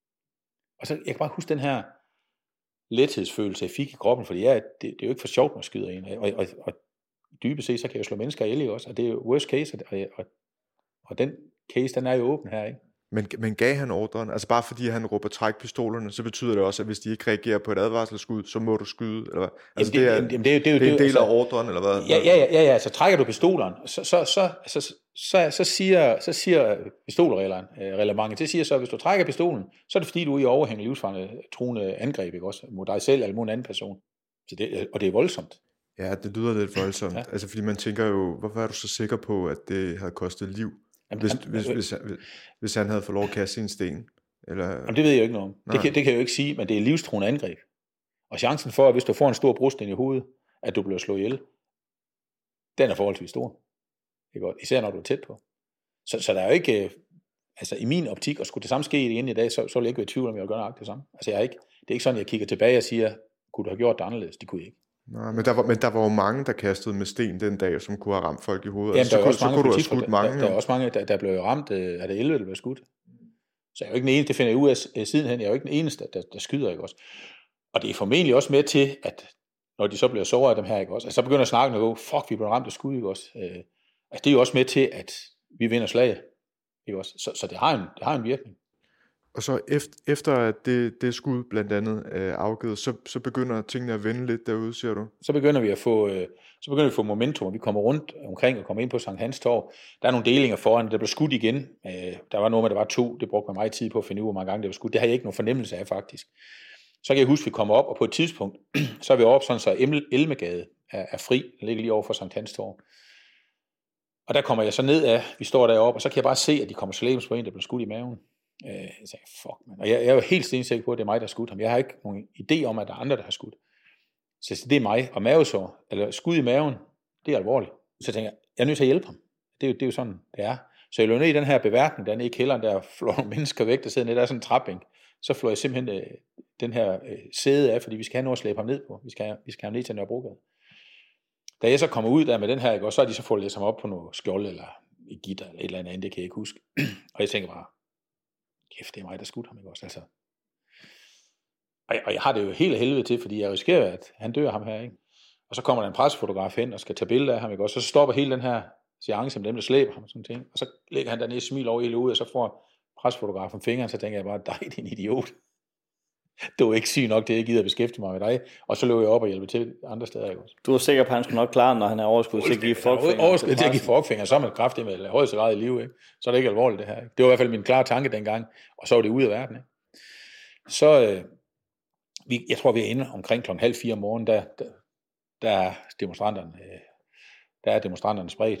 [SPEAKER 2] Og så, jeg kan bare huske den her lethedsfølelse, jeg fik i kroppen, fordi ja, det, det er jo ikke for sjovt, når jeg skyder en. Og, og, og dybest set, så kan jeg jo slå mennesker ihjel også, og det er jo worst case, og, og, og den case, den er jo åben her, ikke?
[SPEAKER 3] Men, men gav han ordren? Altså bare fordi han råber træk pistolerne, så betyder det også, at hvis de ikke reagerer på et advarselsskud, så må du skyde? Eller hvad? Altså
[SPEAKER 2] jamen, det,
[SPEAKER 3] det, er,
[SPEAKER 2] jamen, det, er, det, er, det, er,
[SPEAKER 3] det er en del
[SPEAKER 2] altså,
[SPEAKER 3] af ordren, eller hvad?
[SPEAKER 2] Ja, ja, ja, ja, ja, så trækker du pistolerne, så, så, så, så, så, så, siger, så siger pistolregleren, øh, reglementet, det siger så, at hvis du trækker pistolen, så er det fordi, du er i overhængende livsfarende truende angreb, ikke også, mod dig selv eller mod en anden person. Så det, og det er voldsomt.
[SPEAKER 3] Ja, det lyder lidt voldsomt. Ja. Altså fordi man tænker jo, hvorfor er du så sikker på, at det havde kostet liv? Jamen, hvis, han, hvis, hvis, hvis, hvis han havde fået lov at kaste en sten? Eller...
[SPEAKER 2] Jamen, det ved jeg jo ikke noget om. Det kan, det kan jeg jo ikke sige, men det er livstruende angreb. Og chancen for, at hvis du får en stor brudsten i hovedet, at du bliver slået ihjel, den er forholdsvis stor. Det er godt. Især når du er tæt på. Så, så der er jo ikke, altså i min optik, og skulle det samme ske igen i dag, så, så vil jeg ikke være i tvivl om, jeg vil gøre nøjagtigt det samme. Altså jeg er ikke, det er ikke sådan, jeg kigger tilbage og siger, kunne du have gjort det anderledes? Det kunne jeg ikke.
[SPEAKER 3] Nej, men der, var, men der var jo mange, der kastede med sten den dag, som kunne have ramt folk i hovedet. Jamen, altså, så, kunne, så kunne du have skudt mange. Der,
[SPEAKER 2] der er også mange, der, der blev jo ramt, er det elleve, der blev skudt. Så jeg er jo ikke den eneste, det finder jeg ud af sidenhen, jeg er jo ikke den eneste, der, der skyder, ikke også. Og det er formentlig også med til, at når de så bliver såret af dem her, ikke også, altså så begynder snakken at gå, fuck, vi bliver ramt af skud, ikke også. Øh, altså det er jo også med til, at vi vinder slaget, ikke også. Så, så det, har en, det har en virkning.
[SPEAKER 3] Og så efter, efter at det, det skud blandt andet er afgivet, så, så begynder tingene at vende lidt derude, siger du?
[SPEAKER 2] Så begynder vi at få, øh, så begynder vi at få momentum, og vi kommer rundt omkring og kommer ind på Sankt Hans Torv. Der er nogle delinger foran, der blev skudt igen. Øh, der var noget med, der var to, det brugte mig meget tid på at finde ud af, hvor mange gange det var skudt. Det har jeg ikke nogen fornemmelse af faktisk. Så kan jeg huske, at vi kommer op, og på et tidspunkt, så er vi oppe sådan, så Elmegade er, er fri, den ligger lige over for Sankt Hans Torv. Og der kommer jeg så ned af, vi står deroppe, og så kan jeg bare se, at de kommer slæbens på en, der blev skudt i maven. Øh, jeg sagde, fuck man. Og jeg, jeg er jo helt stensikker på, at det er mig, der har skudt ham. Jeg har ikke nogen idé om, at der er andre, der har skudt. Så det er mig, og mavesår, eller skud i maven, det er alvorligt. Så tænker jeg, jeg er nødt til at hjælpe ham. Det er jo, det er jo sådan, det er. Så jeg løb ned i den her beværtning, der er nede i kælderen, der flår nogle mennesker væk, der sidder nede, der er sådan en trapping. Så flår jeg simpelthen øh, den her øh, sæde af, fordi vi skal have noget at slæbe ham ned på. Vi skal, vi skal have ham ned til Nørrebrogade. Da jeg så kommer ud der med den her, ikke, og så har de så fået læst ham op på noget skjold, eller i gitter, eller et eller andet, det kan jeg ikke huske. Og jeg tænker bare, kæft, det er mig, der skudt ham, ikke også? Altså. Og, jeg, og jeg har det jo helt af helvede til, fordi jeg risikerer, at han dør ham her, ikke? Og så kommer der en pressefotograf hen, og skal tage billeder af ham, ikke også? Så stopper hele den her seance med dem, der slæber ham, og sådan ting. Og så lægger han dernede og smiler over hele ud, og så får pressfotografen fingeren, så tænker jeg bare, dig, din idiot. Du er ikke syg nok, det jeg gider at beskæftige mig med dig. Og så løber jeg op og hjælper til andre steder, ikke også?
[SPEAKER 4] Du er sikker på, at han skal nok klare, når han er overskud til at give fuckfinger.
[SPEAKER 2] Overskud til at give fuckfinger, så er man kraftig med højeste grad i liv, ikke? Så er det ikke alvorligt, det her, ikke? Det var i hvert fald min klare tanke dengang, og så var det ude af verden, ikke? Så, øh, vi, jeg tror, vi er inde omkring klokken halv fire om morgenen, der, der, der er demonstranterne, øh, der er demonstranterne spredt.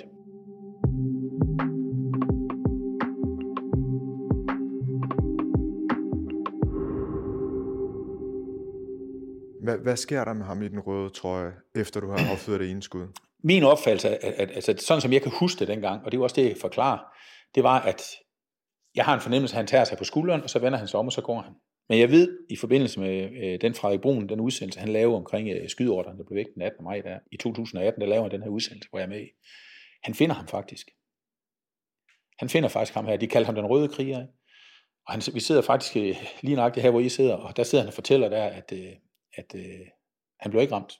[SPEAKER 3] Hvad, hvad sker der med ham i den røde trøje, efter du har affyret det ene skud?
[SPEAKER 2] Min opfattelse, at, at, altså sådan som jeg kan huske det dengang, og det er jo også det, jeg forklarer, det var, at jeg har en fornemmelse, at han tager sig på skulderen, og så vender han sig om, og så går han. Men jeg ved, i forbindelse med øh, den Frederik Brun, den udsendelse, han lavede omkring øh, skydeordren, der blev væk den attende maj der, i to tusind og atten, der laver han den her udsendelse, hvor jeg er med i. Han finder ham faktisk. Han finder faktisk ham her. De kalder ham den røde kriger. Ikke? Og han, vi sidder faktisk lige nøjagtigt her, hvor I sidder, og der sidder han og fortæller der, at, at, at, at han blev ikke ramt.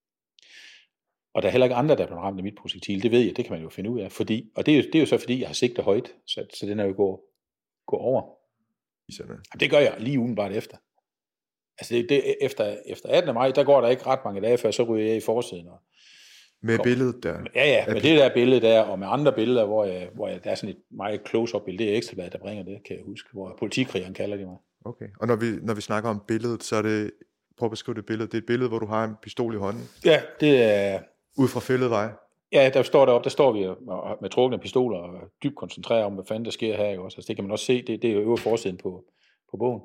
[SPEAKER 2] Og der er heller ikke andre, der er blevet ramt af mit projektil. Det ved jeg, det kan man jo finde ud af. Fordi, og det er, jo, det er jo så fordi, jeg har sigtet højt, så, så den er jo gå, gå over. Jamen, det gør jeg lige umiddelbart efter. Altså det, det, efter, efter attende maj, der går der ikke ret mange dage før, så ryger jeg i forsiden. Og
[SPEAKER 3] med billedet der?
[SPEAKER 2] Ja, ja, med det der billede der, og med andre billeder, hvor, jeg, hvor jeg, der er sådan et meget close-up billede. Det er Ekstrabladet, der bringer det, kan jeg huske, hvor politikrigeren kalder de mig.
[SPEAKER 3] Okay, og når vi, når vi snakker om billedet, så er det, prøv at beskrive det billede, det er et billede, hvor du har en pistol i hånden?
[SPEAKER 2] Ja, det er...
[SPEAKER 3] Ud fra Fælledvej?
[SPEAKER 2] Ja, der står deroppe, der står vi med trukne pistoler og dybt koncentreret om, hvad fanden der sker her. Også. Altså, det kan man også se, det, det er jo øvre forsiden på, på bogen.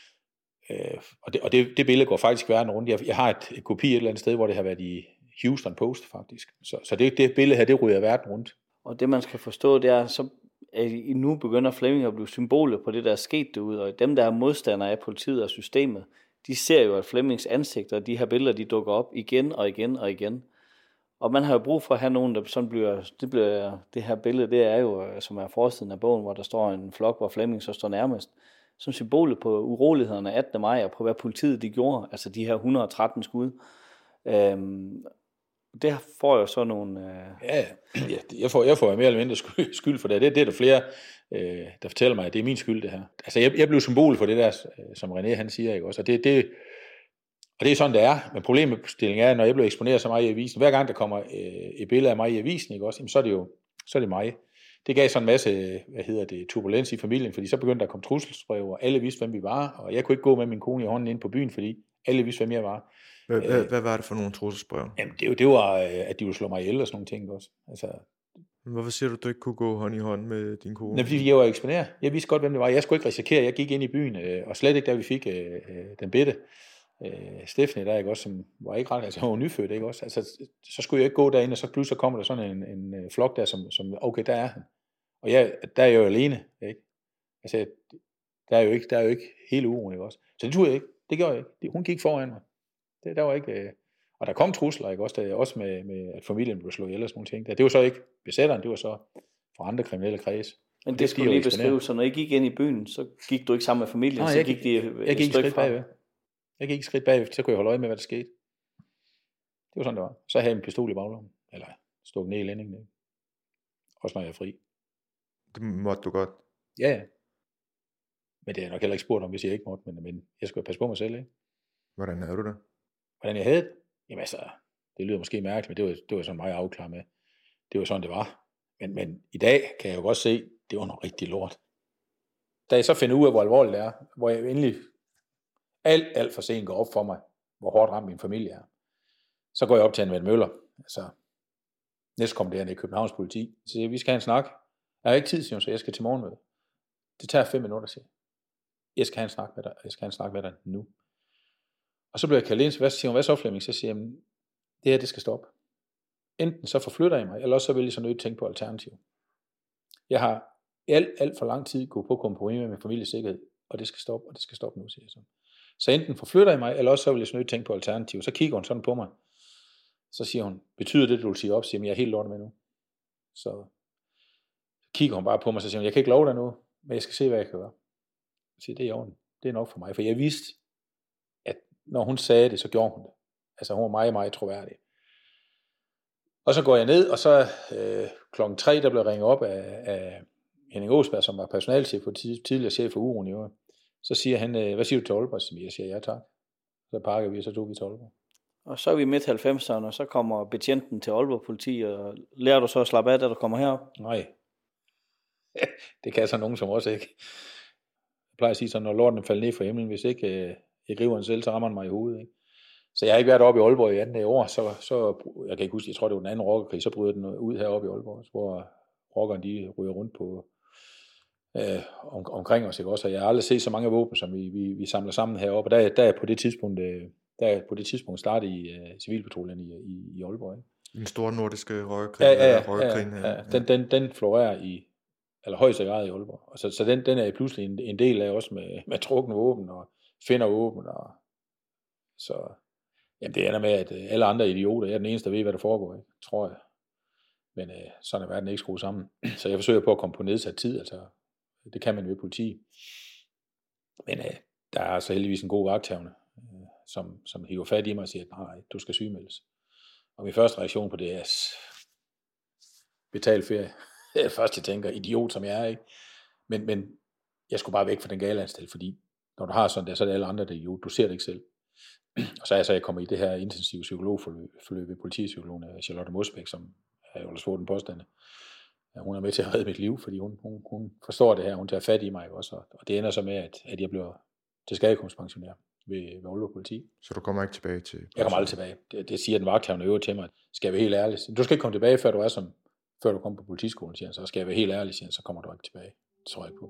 [SPEAKER 2] Øh, og det, og det, det billede går faktisk verden rundt. Jeg, jeg har et, et kopi et eller andet sted, hvor det har været i Houston Post faktisk. Så, så det, det billede her, det ryger verden rundt.
[SPEAKER 4] Og det man skal forstå, det er, så at nu begynder Flemming at blive symboler på det, der er sket derude. Og dem, der er modstandere af politiet og systemet, de ser jo, at Flemmings ansigt og de her billeder, de dukker op igen og igen og igen. Og man har jo brug for at have nogen, der sådan bliver, det, bliver, det her billede, det er jo, som er forsiden af bogen, hvor der står en flok, hvor Flemming så står nærmest, som symbolet på urolighederne attende maj, og på hvad politiet de gjorde, altså de her et hundrede og tretten skud. Øhm, det får jo så nogle... Øh...
[SPEAKER 2] Ja, jeg får, jeg får mere eller mindre skyld for det. Det, det er der flere, øh, der fortæller mig, at det er min skyld, det her. Altså, jeg, jeg blev symbol for det der, som René han siger, ikke også? Og det, det, og det er sådan, det er. Men problemstillingen er, når jeg blev eksponeret så meget i avisen, hver gang der kommer øh, et billede af mig i avisen, ikke også? Jamen, så er det jo så er det mig. Det gav sådan en masse, hvad hedder det, turbulens i familien, fordi så begyndte der at komme trusselsbreve, og alle vidste, hvem vi var, og jeg kunne ikke gå med min kone i hånden ind på byen, fordi alle vidste, hvem jeg var.
[SPEAKER 3] Hvad, hvad, hvad var det for nogle trusselsbreve?
[SPEAKER 2] Jamen, det, det var, at de ville slå mig ihjel og sådan nogle ting også. Altså,
[SPEAKER 3] hvorfor siger du, at du ikke kunne gå hånd i hånd med din kone?
[SPEAKER 2] Nej, fordi jeg var eksponeret. Jeg vidste godt, hvem det var. Jeg skulle ikke risikere. Jeg gik ind i byen, øh, og slet ikke, da vi fik øh, den bitte øh, Stephanie der, ikke også, som var ikke ret, altså hun var nyfødt, ikke også. Altså, så skulle jeg ikke gå derind, og så pludselig kommer der sådan en, en flok der, som, som, okay, der er han. Og jeg, der er jeg jo alene, ikke? Altså, der er jo ikke, der er jo ikke hele ugen, ikke også. Så det turde jeg ikke. Det gjorde jeg ikke. Hun gik foran mig. Det, der var ikke... Øh, og der kom trusler, ikke også, der, også med, med, at familien blev slået ihjel og sådan nogle ting. Det var så ikke besætteren, det var så fra andre kriminelle kreds.
[SPEAKER 4] Men det, det skulle lige beskrive, så når I gik ind i byen, så gik du ikke sammen med familien, nej, så gik de
[SPEAKER 2] jeg, jeg gik et skridt bagved. Jeg gik et skridt bagved, så kunne jeg holde øje med, hvad der skete. Det var sådan, det var. Så havde jeg en pistol i baglommen, eller stod ned i lændingen. Også når jeg er fri.
[SPEAKER 3] Det måtte du godt?
[SPEAKER 2] Ja, ja. Men det er jeg nok heller ikke spurgt om, hvis jeg ikke måtte, men, men jeg skulle passe på mig selv, ikke?
[SPEAKER 3] Hvordan havde du det?
[SPEAKER 2] Hvordan jeg havde det? Jamen altså, det lyder måske mærkeligt, men det var, det var sådan meget afklaret med. Det var sådan, det var. Men, men i dag kan jeg jo godt se, det var noget rigtig lort. Da jeg så finder ud af, hvor alvorligt det er, hvor jeg endelig alt, alt for sent går op for mig, hvor hårdt ramt min familie er, så går jeg op til Anne Møller, altså næstkommanderende i Københavns politi, så siger, vi skal have en snak. Jeg har ikke tid, siger hun, så jeg skal til morgenmøde. Det tager fem minutter, siger jeg. skal have en snak med dig, jeg skal have en snak med dig nu. Og så bliver jeg kaldt ind, så hvad siger hun, hvad så Flemming? Så siger jeg, det her, det skal stoppe. Enten så forflytter jeg mig, eller også så vil jeg så nødt tænke på alternativ. Jeg har alt, alt for lang tid gået på kompromis med min families sikkerhed, og det skal stoppe, og det skal stoppe nu, siger jeg så. Så enten forflytter jeg mig, eller også så vil jeg så nødt tænke på alternativ. Så kigger hun sådan på mig. Så siger hun, betyder det, du vil sige op? Siger jeg, jeg er helt lort med nu. Så kigger hun bare på mig, så siger hun, jeg kan ikke love dig nu, men jeg skal se, hvad jeg kan gøre. Så siger, det er i orden. Det er nok for mig, for jeg vidste, at når hun sagde det, så gjorde hun det. Altså hun var meget, meget troværdig. Og så går jeg ned, og så øh, klokken tre, der blev ringet op af, af Henning Åsberg, som var personalchef og tidligere chef for U R U N. Så siger han, øh, hvad siger du til Aalborg? Så jeg siger, ja tak. Så pakker vi, og så tog vi til Aalborg.
[SPEAKER 4] Og så er vi midt halvfemserne, og så kommer betjenten til Aalborg politi, og lærer du så at slappe af, da du kommer herop?
[SPEAKER 2] Nej. Det kan så nogen som også ikke. Jeg plejer at sige sådan, når lorten falder ned fra himlen, hvis ikke øh, jeg griber den selv, så rammer den mig i hovedet. Ikke? Så jeg har ikke været oppe i Aalborg i andet år, så, så jeg kan ikke huske, jeg tror det var den anden rockerkrig, så bryder den ud heroppe i Aalborg, hvor rockerne de ryger rundt på øh, om, omkring os, ikke også? Og jeg har aldrig set så mange våben, som vi, vi, vi samler sammen heroppe, og der, der er på det tidspunkt, øh, der er på det tidspunkt startet i øh, civilpatruljen i, i, i Aalborg. Ikke?
[SPEAKER 3] Den store nordiske rockerkrig.
[SPEAKER 2] Ja, ja, ja, ja, ja. Den, den, den florerer i eller højeste grad i Aalborg. Og så, så den, den er pludselig en, en del af også med, med trukne våben og finder våben. Og, så jamen det ender med, at alle andre idioter, jeg er den eneste, der ved, hvad der foregår, ikke? Tror jeg. Men øh, sådan er verden ikke skruet sammen. Så jeg forsøger på at komme på nedsat tid, altså det kan man ved politi. Men øh, der er altså heldigvis en god vagthavne, øh, som, som hiver fat i mig og siger, nej, du skal sygemeldes. Og min første reaktion på det er, betal ferie. Det er først, jeg tænker, idiot som jeg er, ikke? Men, men jeg skulle bare væk fra den gale anstalt, fordi når du har sådan der, så er det alle andre, der er idiot. Du ser det ikke selv. Og så er jeg så, jeg kommer i det her intensive psykologforløb ved politipsykologen Charlotte Mosbæk, som er jo ellers fået den påstande. Hun er med til at redde mit liv, fordi hun, hun, hun forstår det her, hun tager fat i mig også, og det ender så med, at, at jeg bliver til skadekomstpensionær ved, ved Aalborg Politi. Så
[SPEAKER 3] du kommer ikke tilbage til?
[SPEAKER 2] Jeg kommer aldrig tilbage. Det, det siger den vagthavne øver til mig. Skal jeg være helt ærlig? Du skal ikke komme tilbage, før du er som, før du kommer på politiskolen, siger han. Så skal jeg være helt ærlig, siger han, så kommer du ikke tilbage. Det tror jeg på.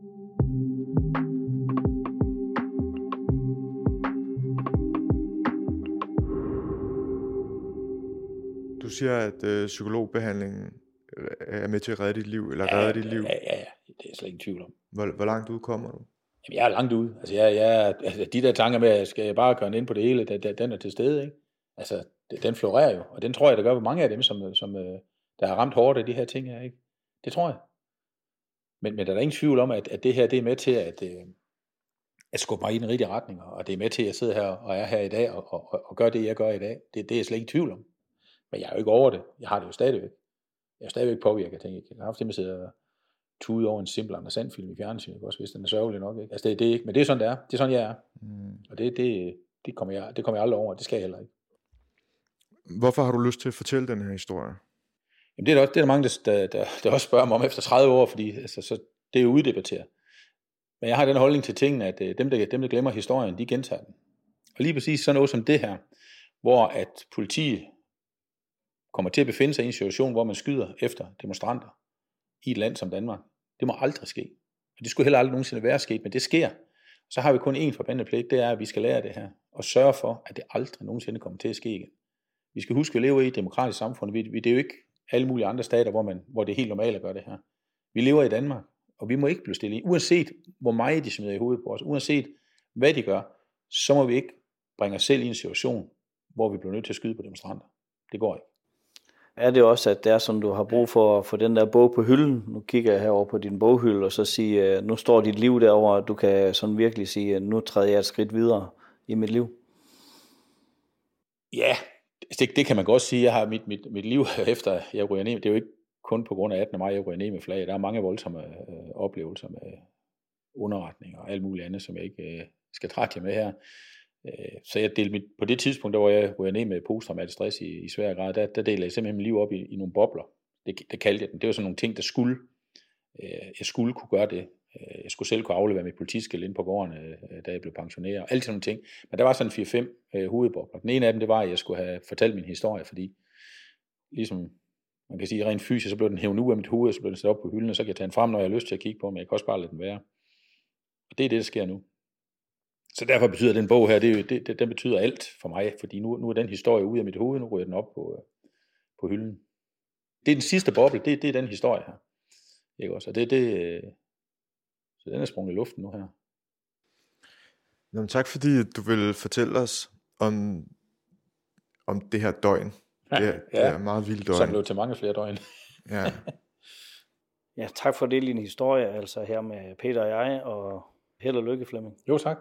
[SPEAKER 3] Du siger, at øh, psykologbehandlingen er med til at redde dit liv, eller
[SPEAKER 2] ja,
[SPEAKER 3] redde dit liv?
[SPEAKER 2] Ja, ja, ja, det er slet ikke tvivl om.
[SPEAKER 3] Hvor, hvor langt ud kommer du?
[SPEAKER 2] Jamen, jeg er langt ude. Altså, jeg, jeg, altså, de der tanker med, at skal jeg bare gøre ind på det hele, den, den er til stede, ikke? Altså, den florerer jo, og den tror jeg, der gør ved mange af dem, som, som der har ramt hårdt af de her ting her, ikke? Det tror jeg. Men, men der er ingen tvivl om, at, at det her, det er med til at, at skubbe mig i den rigtige retning, og det er med til, at jeg sidder her og er her i dag, og, og, og gør det, jeg gør i dag. Det, det er jeg slet ikke i tvivl om. Men jeg er jo ikke over det. Jeg har det jo stadigvæk. Jeg er stadigvæk påvirket. Jeg tænker, jeg har haft det med at sidde og tude over en simpel Anders Sand-film i fjernsynet, også hvis den er sørgelig nok. Ikke? Altså det, det er ikke, men det er sådan, det er. Det er sådan, jeg er. Mm. Og det, det, det, kommer jeg, det kommer jeg aldrig over, det skal jeg heller ikke.
[SPEAKER 3] Hvorfor har du lyst til at fortælle den her historie?
[SPEAKER 2] Jamen det er der, det er der mange, der, der, der også spørger mig om efter tredive år, fordi altså, så, det er jo uddebatteret. Men jeg har den holdning til tingene, at dem der, dem, der glemmer historien, de gentager den. Og lige præcis sådan noget som det her, hvor at politiet kommer til at befinde sig i en situation, hvor man skyder efter demonstranter i et land som Danmark. Det må aldrig ske. Og det skulle heller aldrig nogensinde være sket, men det sker. Så har vi kun én forbandet pligt, det er, at vi skal lære det her, og sørge for, at det aldrig nogensinde kommer til at ske igen. Vi skal huske, at vi lever i et demokratisk samfund. Vi, det er jo ikke alle mulige andre stater, hvor, man, hvor det er helt normalt at gøre det her. Vi lever i Danmark, og vi må ikke blive stille i. Uanset hvor meget de smider i hovedet på os, uanset hvad de gør, så må vi ikke bringe os selv i en situation, hvor vi bliver nødt til at skyde på demonstranter. Det går ikke.
[SPEAKER 4] Er det også, at det er sådan, du har brug for at få den der bog på hylden? Nu kigger jeg herover på din boghylde, og så siger, nu står dit liv derovre, og du kan sådan virkelig sige, nu træder jeg et skridt videre i mit liv.
[SPEAKER 2] Ja, det, det kan man godt sige. Jeg har mit, mit, mit liv efter jeg ryger ned. Det er jo ikke kun på grund af attende maj, jeg ryger ned med flag. Der er mange voldsomme øh, oplevelser med underretninger og alt muligt andet, som jeg ikke øh, skal trække jer med her. Så jeg delte mit, på det tidspunkt, der var jeg ryger ned med posttraumatisk stress i, i svær grad, der, der delte jeg simpelthen mit liv op i, i nogle bobler. Det, det kaldte jeg den. Det var sådan nogle ting, der skulle, øh, jeg skulle kunne gøre det. Jeg skulle selv kunne aflevere mit politiskilt ind på gården, øh, da jeg blev pensioneret, og alt sådan nogle ting. Men der var sådan fire fem øh, hovedbobler. Den ene af dem, det var, at jeg skulle have fortalt min historie, fordi ligesom man kan sige rent fysisk, så blev den hævet ud af mit hoved, og så blev den sat op på hylden, og så kan jeg tage den frem, når jeg har lyst til at kigge på, men jeg kan også bare lade den være. Og det er det, der sker nu. Så derfor betyder den bog her, det, det, det, den betyder alt for mig, fordi nu, nu er den historie ude af mit hoved, nu ryger den op på, på hylden. Det er den sidste boble, det, det er den historie her. Ikke også? Og det, det, så den er sprunget i luften nu her.
[SPEAKER 3] Jamen, tak fordi du vil fortælle os om, om det her døgn.
[SPEAKER 2] Ja,
[SPEAKER 3] det, er,
[SPEAKER 2] ja.
[SPEAKER 3] det er meget vildt døgn.
[SPEAKER 2] Som blev til mange flere døgn.
[SPEAKER 3] Ja.
[SPEAKER 4] Ja, tak for det, din historie, altså her med Peter og jeg, og held og lykke, Flemming.
[SPEAKER 2] Jo, tak.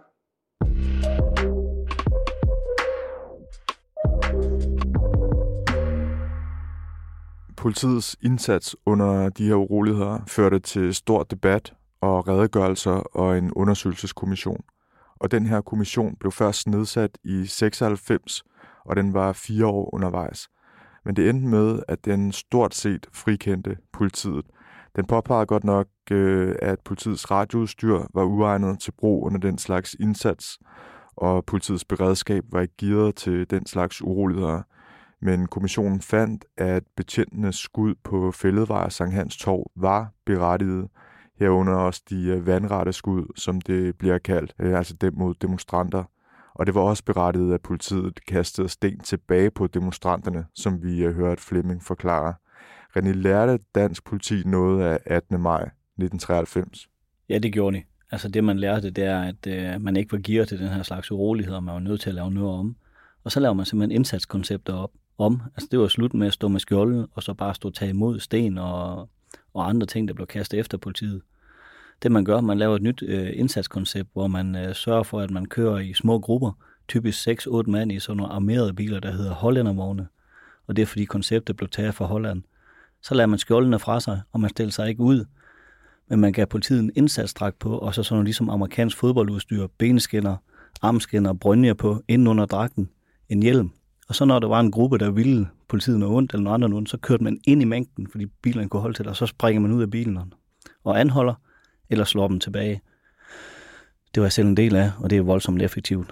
[SPEAKER 3] Politiets indsats under de her uroligheder førte til stor debat og redegørelser og en undersøgelseskommission. Og den her kommission blev først nedsat i seksoghalvfems, og den var fire år undervejs. Men det endte med, at den stort set frikendte politiet. Den påpegede godt nok, at politiets radioudstyr var uegnet til brug under den slags indsats, og politiets beredskab var ikke gearet til den slags uroligheder. Men kommissionen fandt, at betjentenes skud på Fælledvej og Sankt Hans Torv var berettiget, herunder også de vandrette skud, som det bliver kaldt, altså dem mod demonstranter. Og det var også berettiget, at politiet kastede sten tilbage på demonstranterne, som vi har hørt Flemming forklare. René, lærte dansk politi noget af attende maj nitten treoghalvfems?
[SPEAKER 4] Ja, det gjorde de. Altså det, man lærte, det er, at øh, man ikke var gearet til den her slags uroligheder, man var nødt til at lave noget om. Og så laver man simpelthen indsatskoncepter op, om. Altså det var slut med at stå med skjolden, og så bare stå og tage imod sten og, og andre ting, der blev kastet efter politiet. Det man gør, man laver et nyt øh, indsatskoncept, hvor man øh, sørger for, at man kører i små grupper, typisk seks otte mand i sådan nogle armerede biler, der hedder hollændervogne. Og det er fordi konceptet blev taget fra Holland. Så lader man skjoldene fra sig, og man stiller sig ikke ud. Men man gav politiet en indsatsdragt på, og så sådan noget ligesom amerikansk fodboldudstyr, beneskinner, armskinner og brynjer på, inden under dragten, en hjelm. Og så når der var en gruppe, der ville politiet noget ondt, eller noget andet ondt, så kørte man ind i mængden, fordi bilerne kunne holde til det, og så springer man ud af bilen og anholder, eller slår dem tilbage. Det var jeg selv en del af, og det er voldsomt effektivt.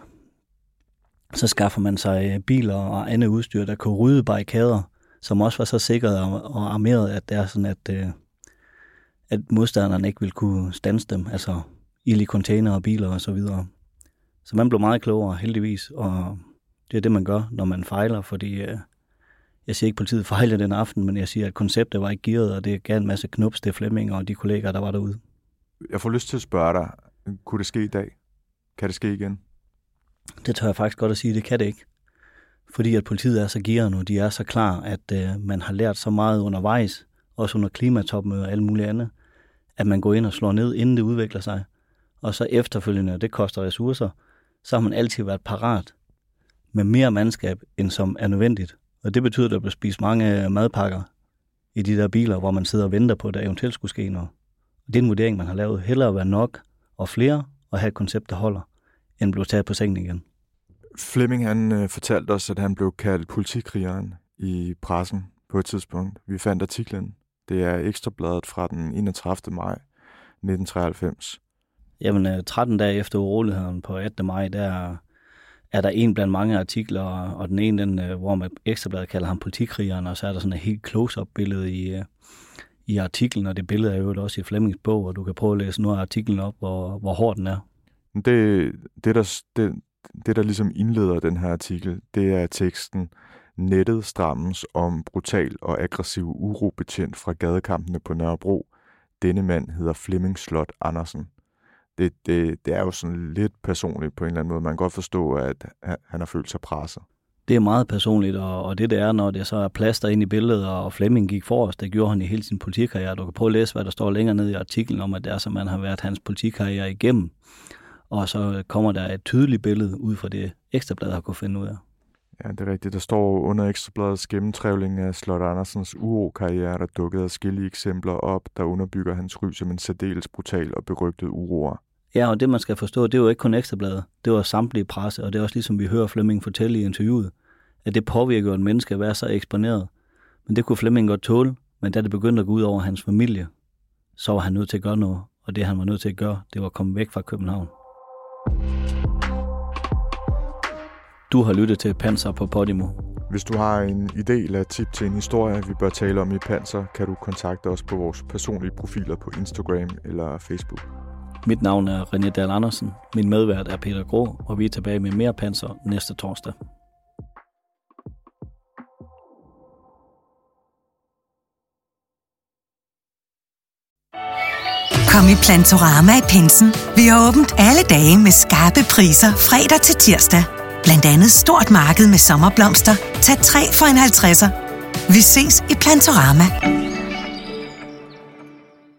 [SPEAKER 4] Så skaffer man sig biler og andet udstyr, der kunne rydde barrikader, som også var så sikret og armeret, at det er sådan, at, at modstanderne ikke ville kunne standse dem, altså ild i container og biler og så videre. Så man blev meget klogere, heldigvis, og det er det, man gør, når man fejler, fordi jeg siger ikke, at politiet fejler den aften, men jeg siger, at konceptet var ikke gearet, og det gav en masse knups til Flemming og de kolleger, der var derude.
[SPEAKER 3] Jeg får lyst til at spørge dig, kunne det ske i dag? Kan det ske igen?
[SPEAKER 4] Det tør jeg faktisk godt at sige, det kan det ikke. Fordi at politiet er så gearet nu, de er så klar, at øh, man har lært så meget undervejs, også under klimatopmøder og alt muligt andet, at man går ind og slår ned, inden det udvikler sig. Og så efterfølgende, det koster ressourcer, så har man altid været parat med mere mandskab, end som er nødvendigt. Og det betyder, at der bliver spist mange madpakker i de der biler, hvor man sidder og venter på, at der eventuelt skulle ske noget. Og det er en vurdering, man har lavet. Hellere at være nok og flere, og have et koncept, der holder, end blive taget på sengen igen.
[SPEAKER 3] Flemming, han øh, fortalte os, at han blev kaldt politikrigeren i pressen på et tidspunkt. Vi fandt artiklen. Det er Ekstrabladet fra den enogtredivte maj nitten treoghalvfems.
[SPEAKER 4] Jamen, tretten dage efter uroligheden på attende maj, der er der en blandt mange artikler, og den ene, den, hvor man Ekstrabladet kalder ham politikrigeren, og så er der sådan et helt close-up-billede i, i artiklen, og det billede er jo også i Flemmings bog, og du kan prøve at læse noget af artiklen op, hvor, hvor hård den er.
[SPEAKER 3] Det, det, der, det, det, der ligesom indleder den her artikel, det er teksten: nettet strammes om brutal og aggressiv urobetjent fra gadekampene på Nørrebro. Denne mand hedder Flemming Slot Andersen. Det, det, det er jo sådan lidt personligt på en eller anden måde. Man kan godt forstå, at han har følt sig presset. Det
[SPEAKER 4] er meget personligt, og, og det det er, når det så er plaster ind i billedet, og Flemming gik forrest, det gjorde han i hele sin politikarriere. Du kan prøve at læse, hvad der står længere ned i artiklen om, at det er, som man har været hans politikarriere igennem. Og så kommer der et tydeligt billede ud fra det, Ekstrabladet har kunne finde ud af.
[SPEAKER 3] Ja, det er rigtigt. Der står under Ekstrabladets gennemtrævling af Slot Andersens uro-karriere, der dukkede adskillige eksempler op, der underbygger hans ry som en særdeles brutal og berygtet uroer.
[SPEAKER 4] Ja, og det man skal forstå, det er jo ikke kun Ekstrabladet. Det var samtlige presse, og det er også ligesom vi hører Flemming fortælle i interviewet, at det påvirker en menneske at være så eksponeret. Men det kunne Flemming godt tåle, men da det begyndte at gå ud over hans familie, så var han nødt til at gøre noget, og det han var nødt til at gøre, det var at komme væk fra København. Du har lyttet til Panser på Podimo.
[SPEAKER 3] Hvis du har en idé eller et tip til en historie, vi bør tale om i Panser, kan du kontakte os på vores personlige profiler på Instagram eller Facebook.
[SPEAKER 4] Mit navn er René Dahl Andersen. Min medvært er Peter Grå, og vi er tilbage med mere Panser næste torsdag.
[SPEAKER 6] Kom i Plantorama i pinsen. Vi har åbent alle dage med skarpe priser fredag til tirsdag. Blandt andet stort marked med sommerblomster. Tag tre for en halvtredser. Vi ses i Plantorama.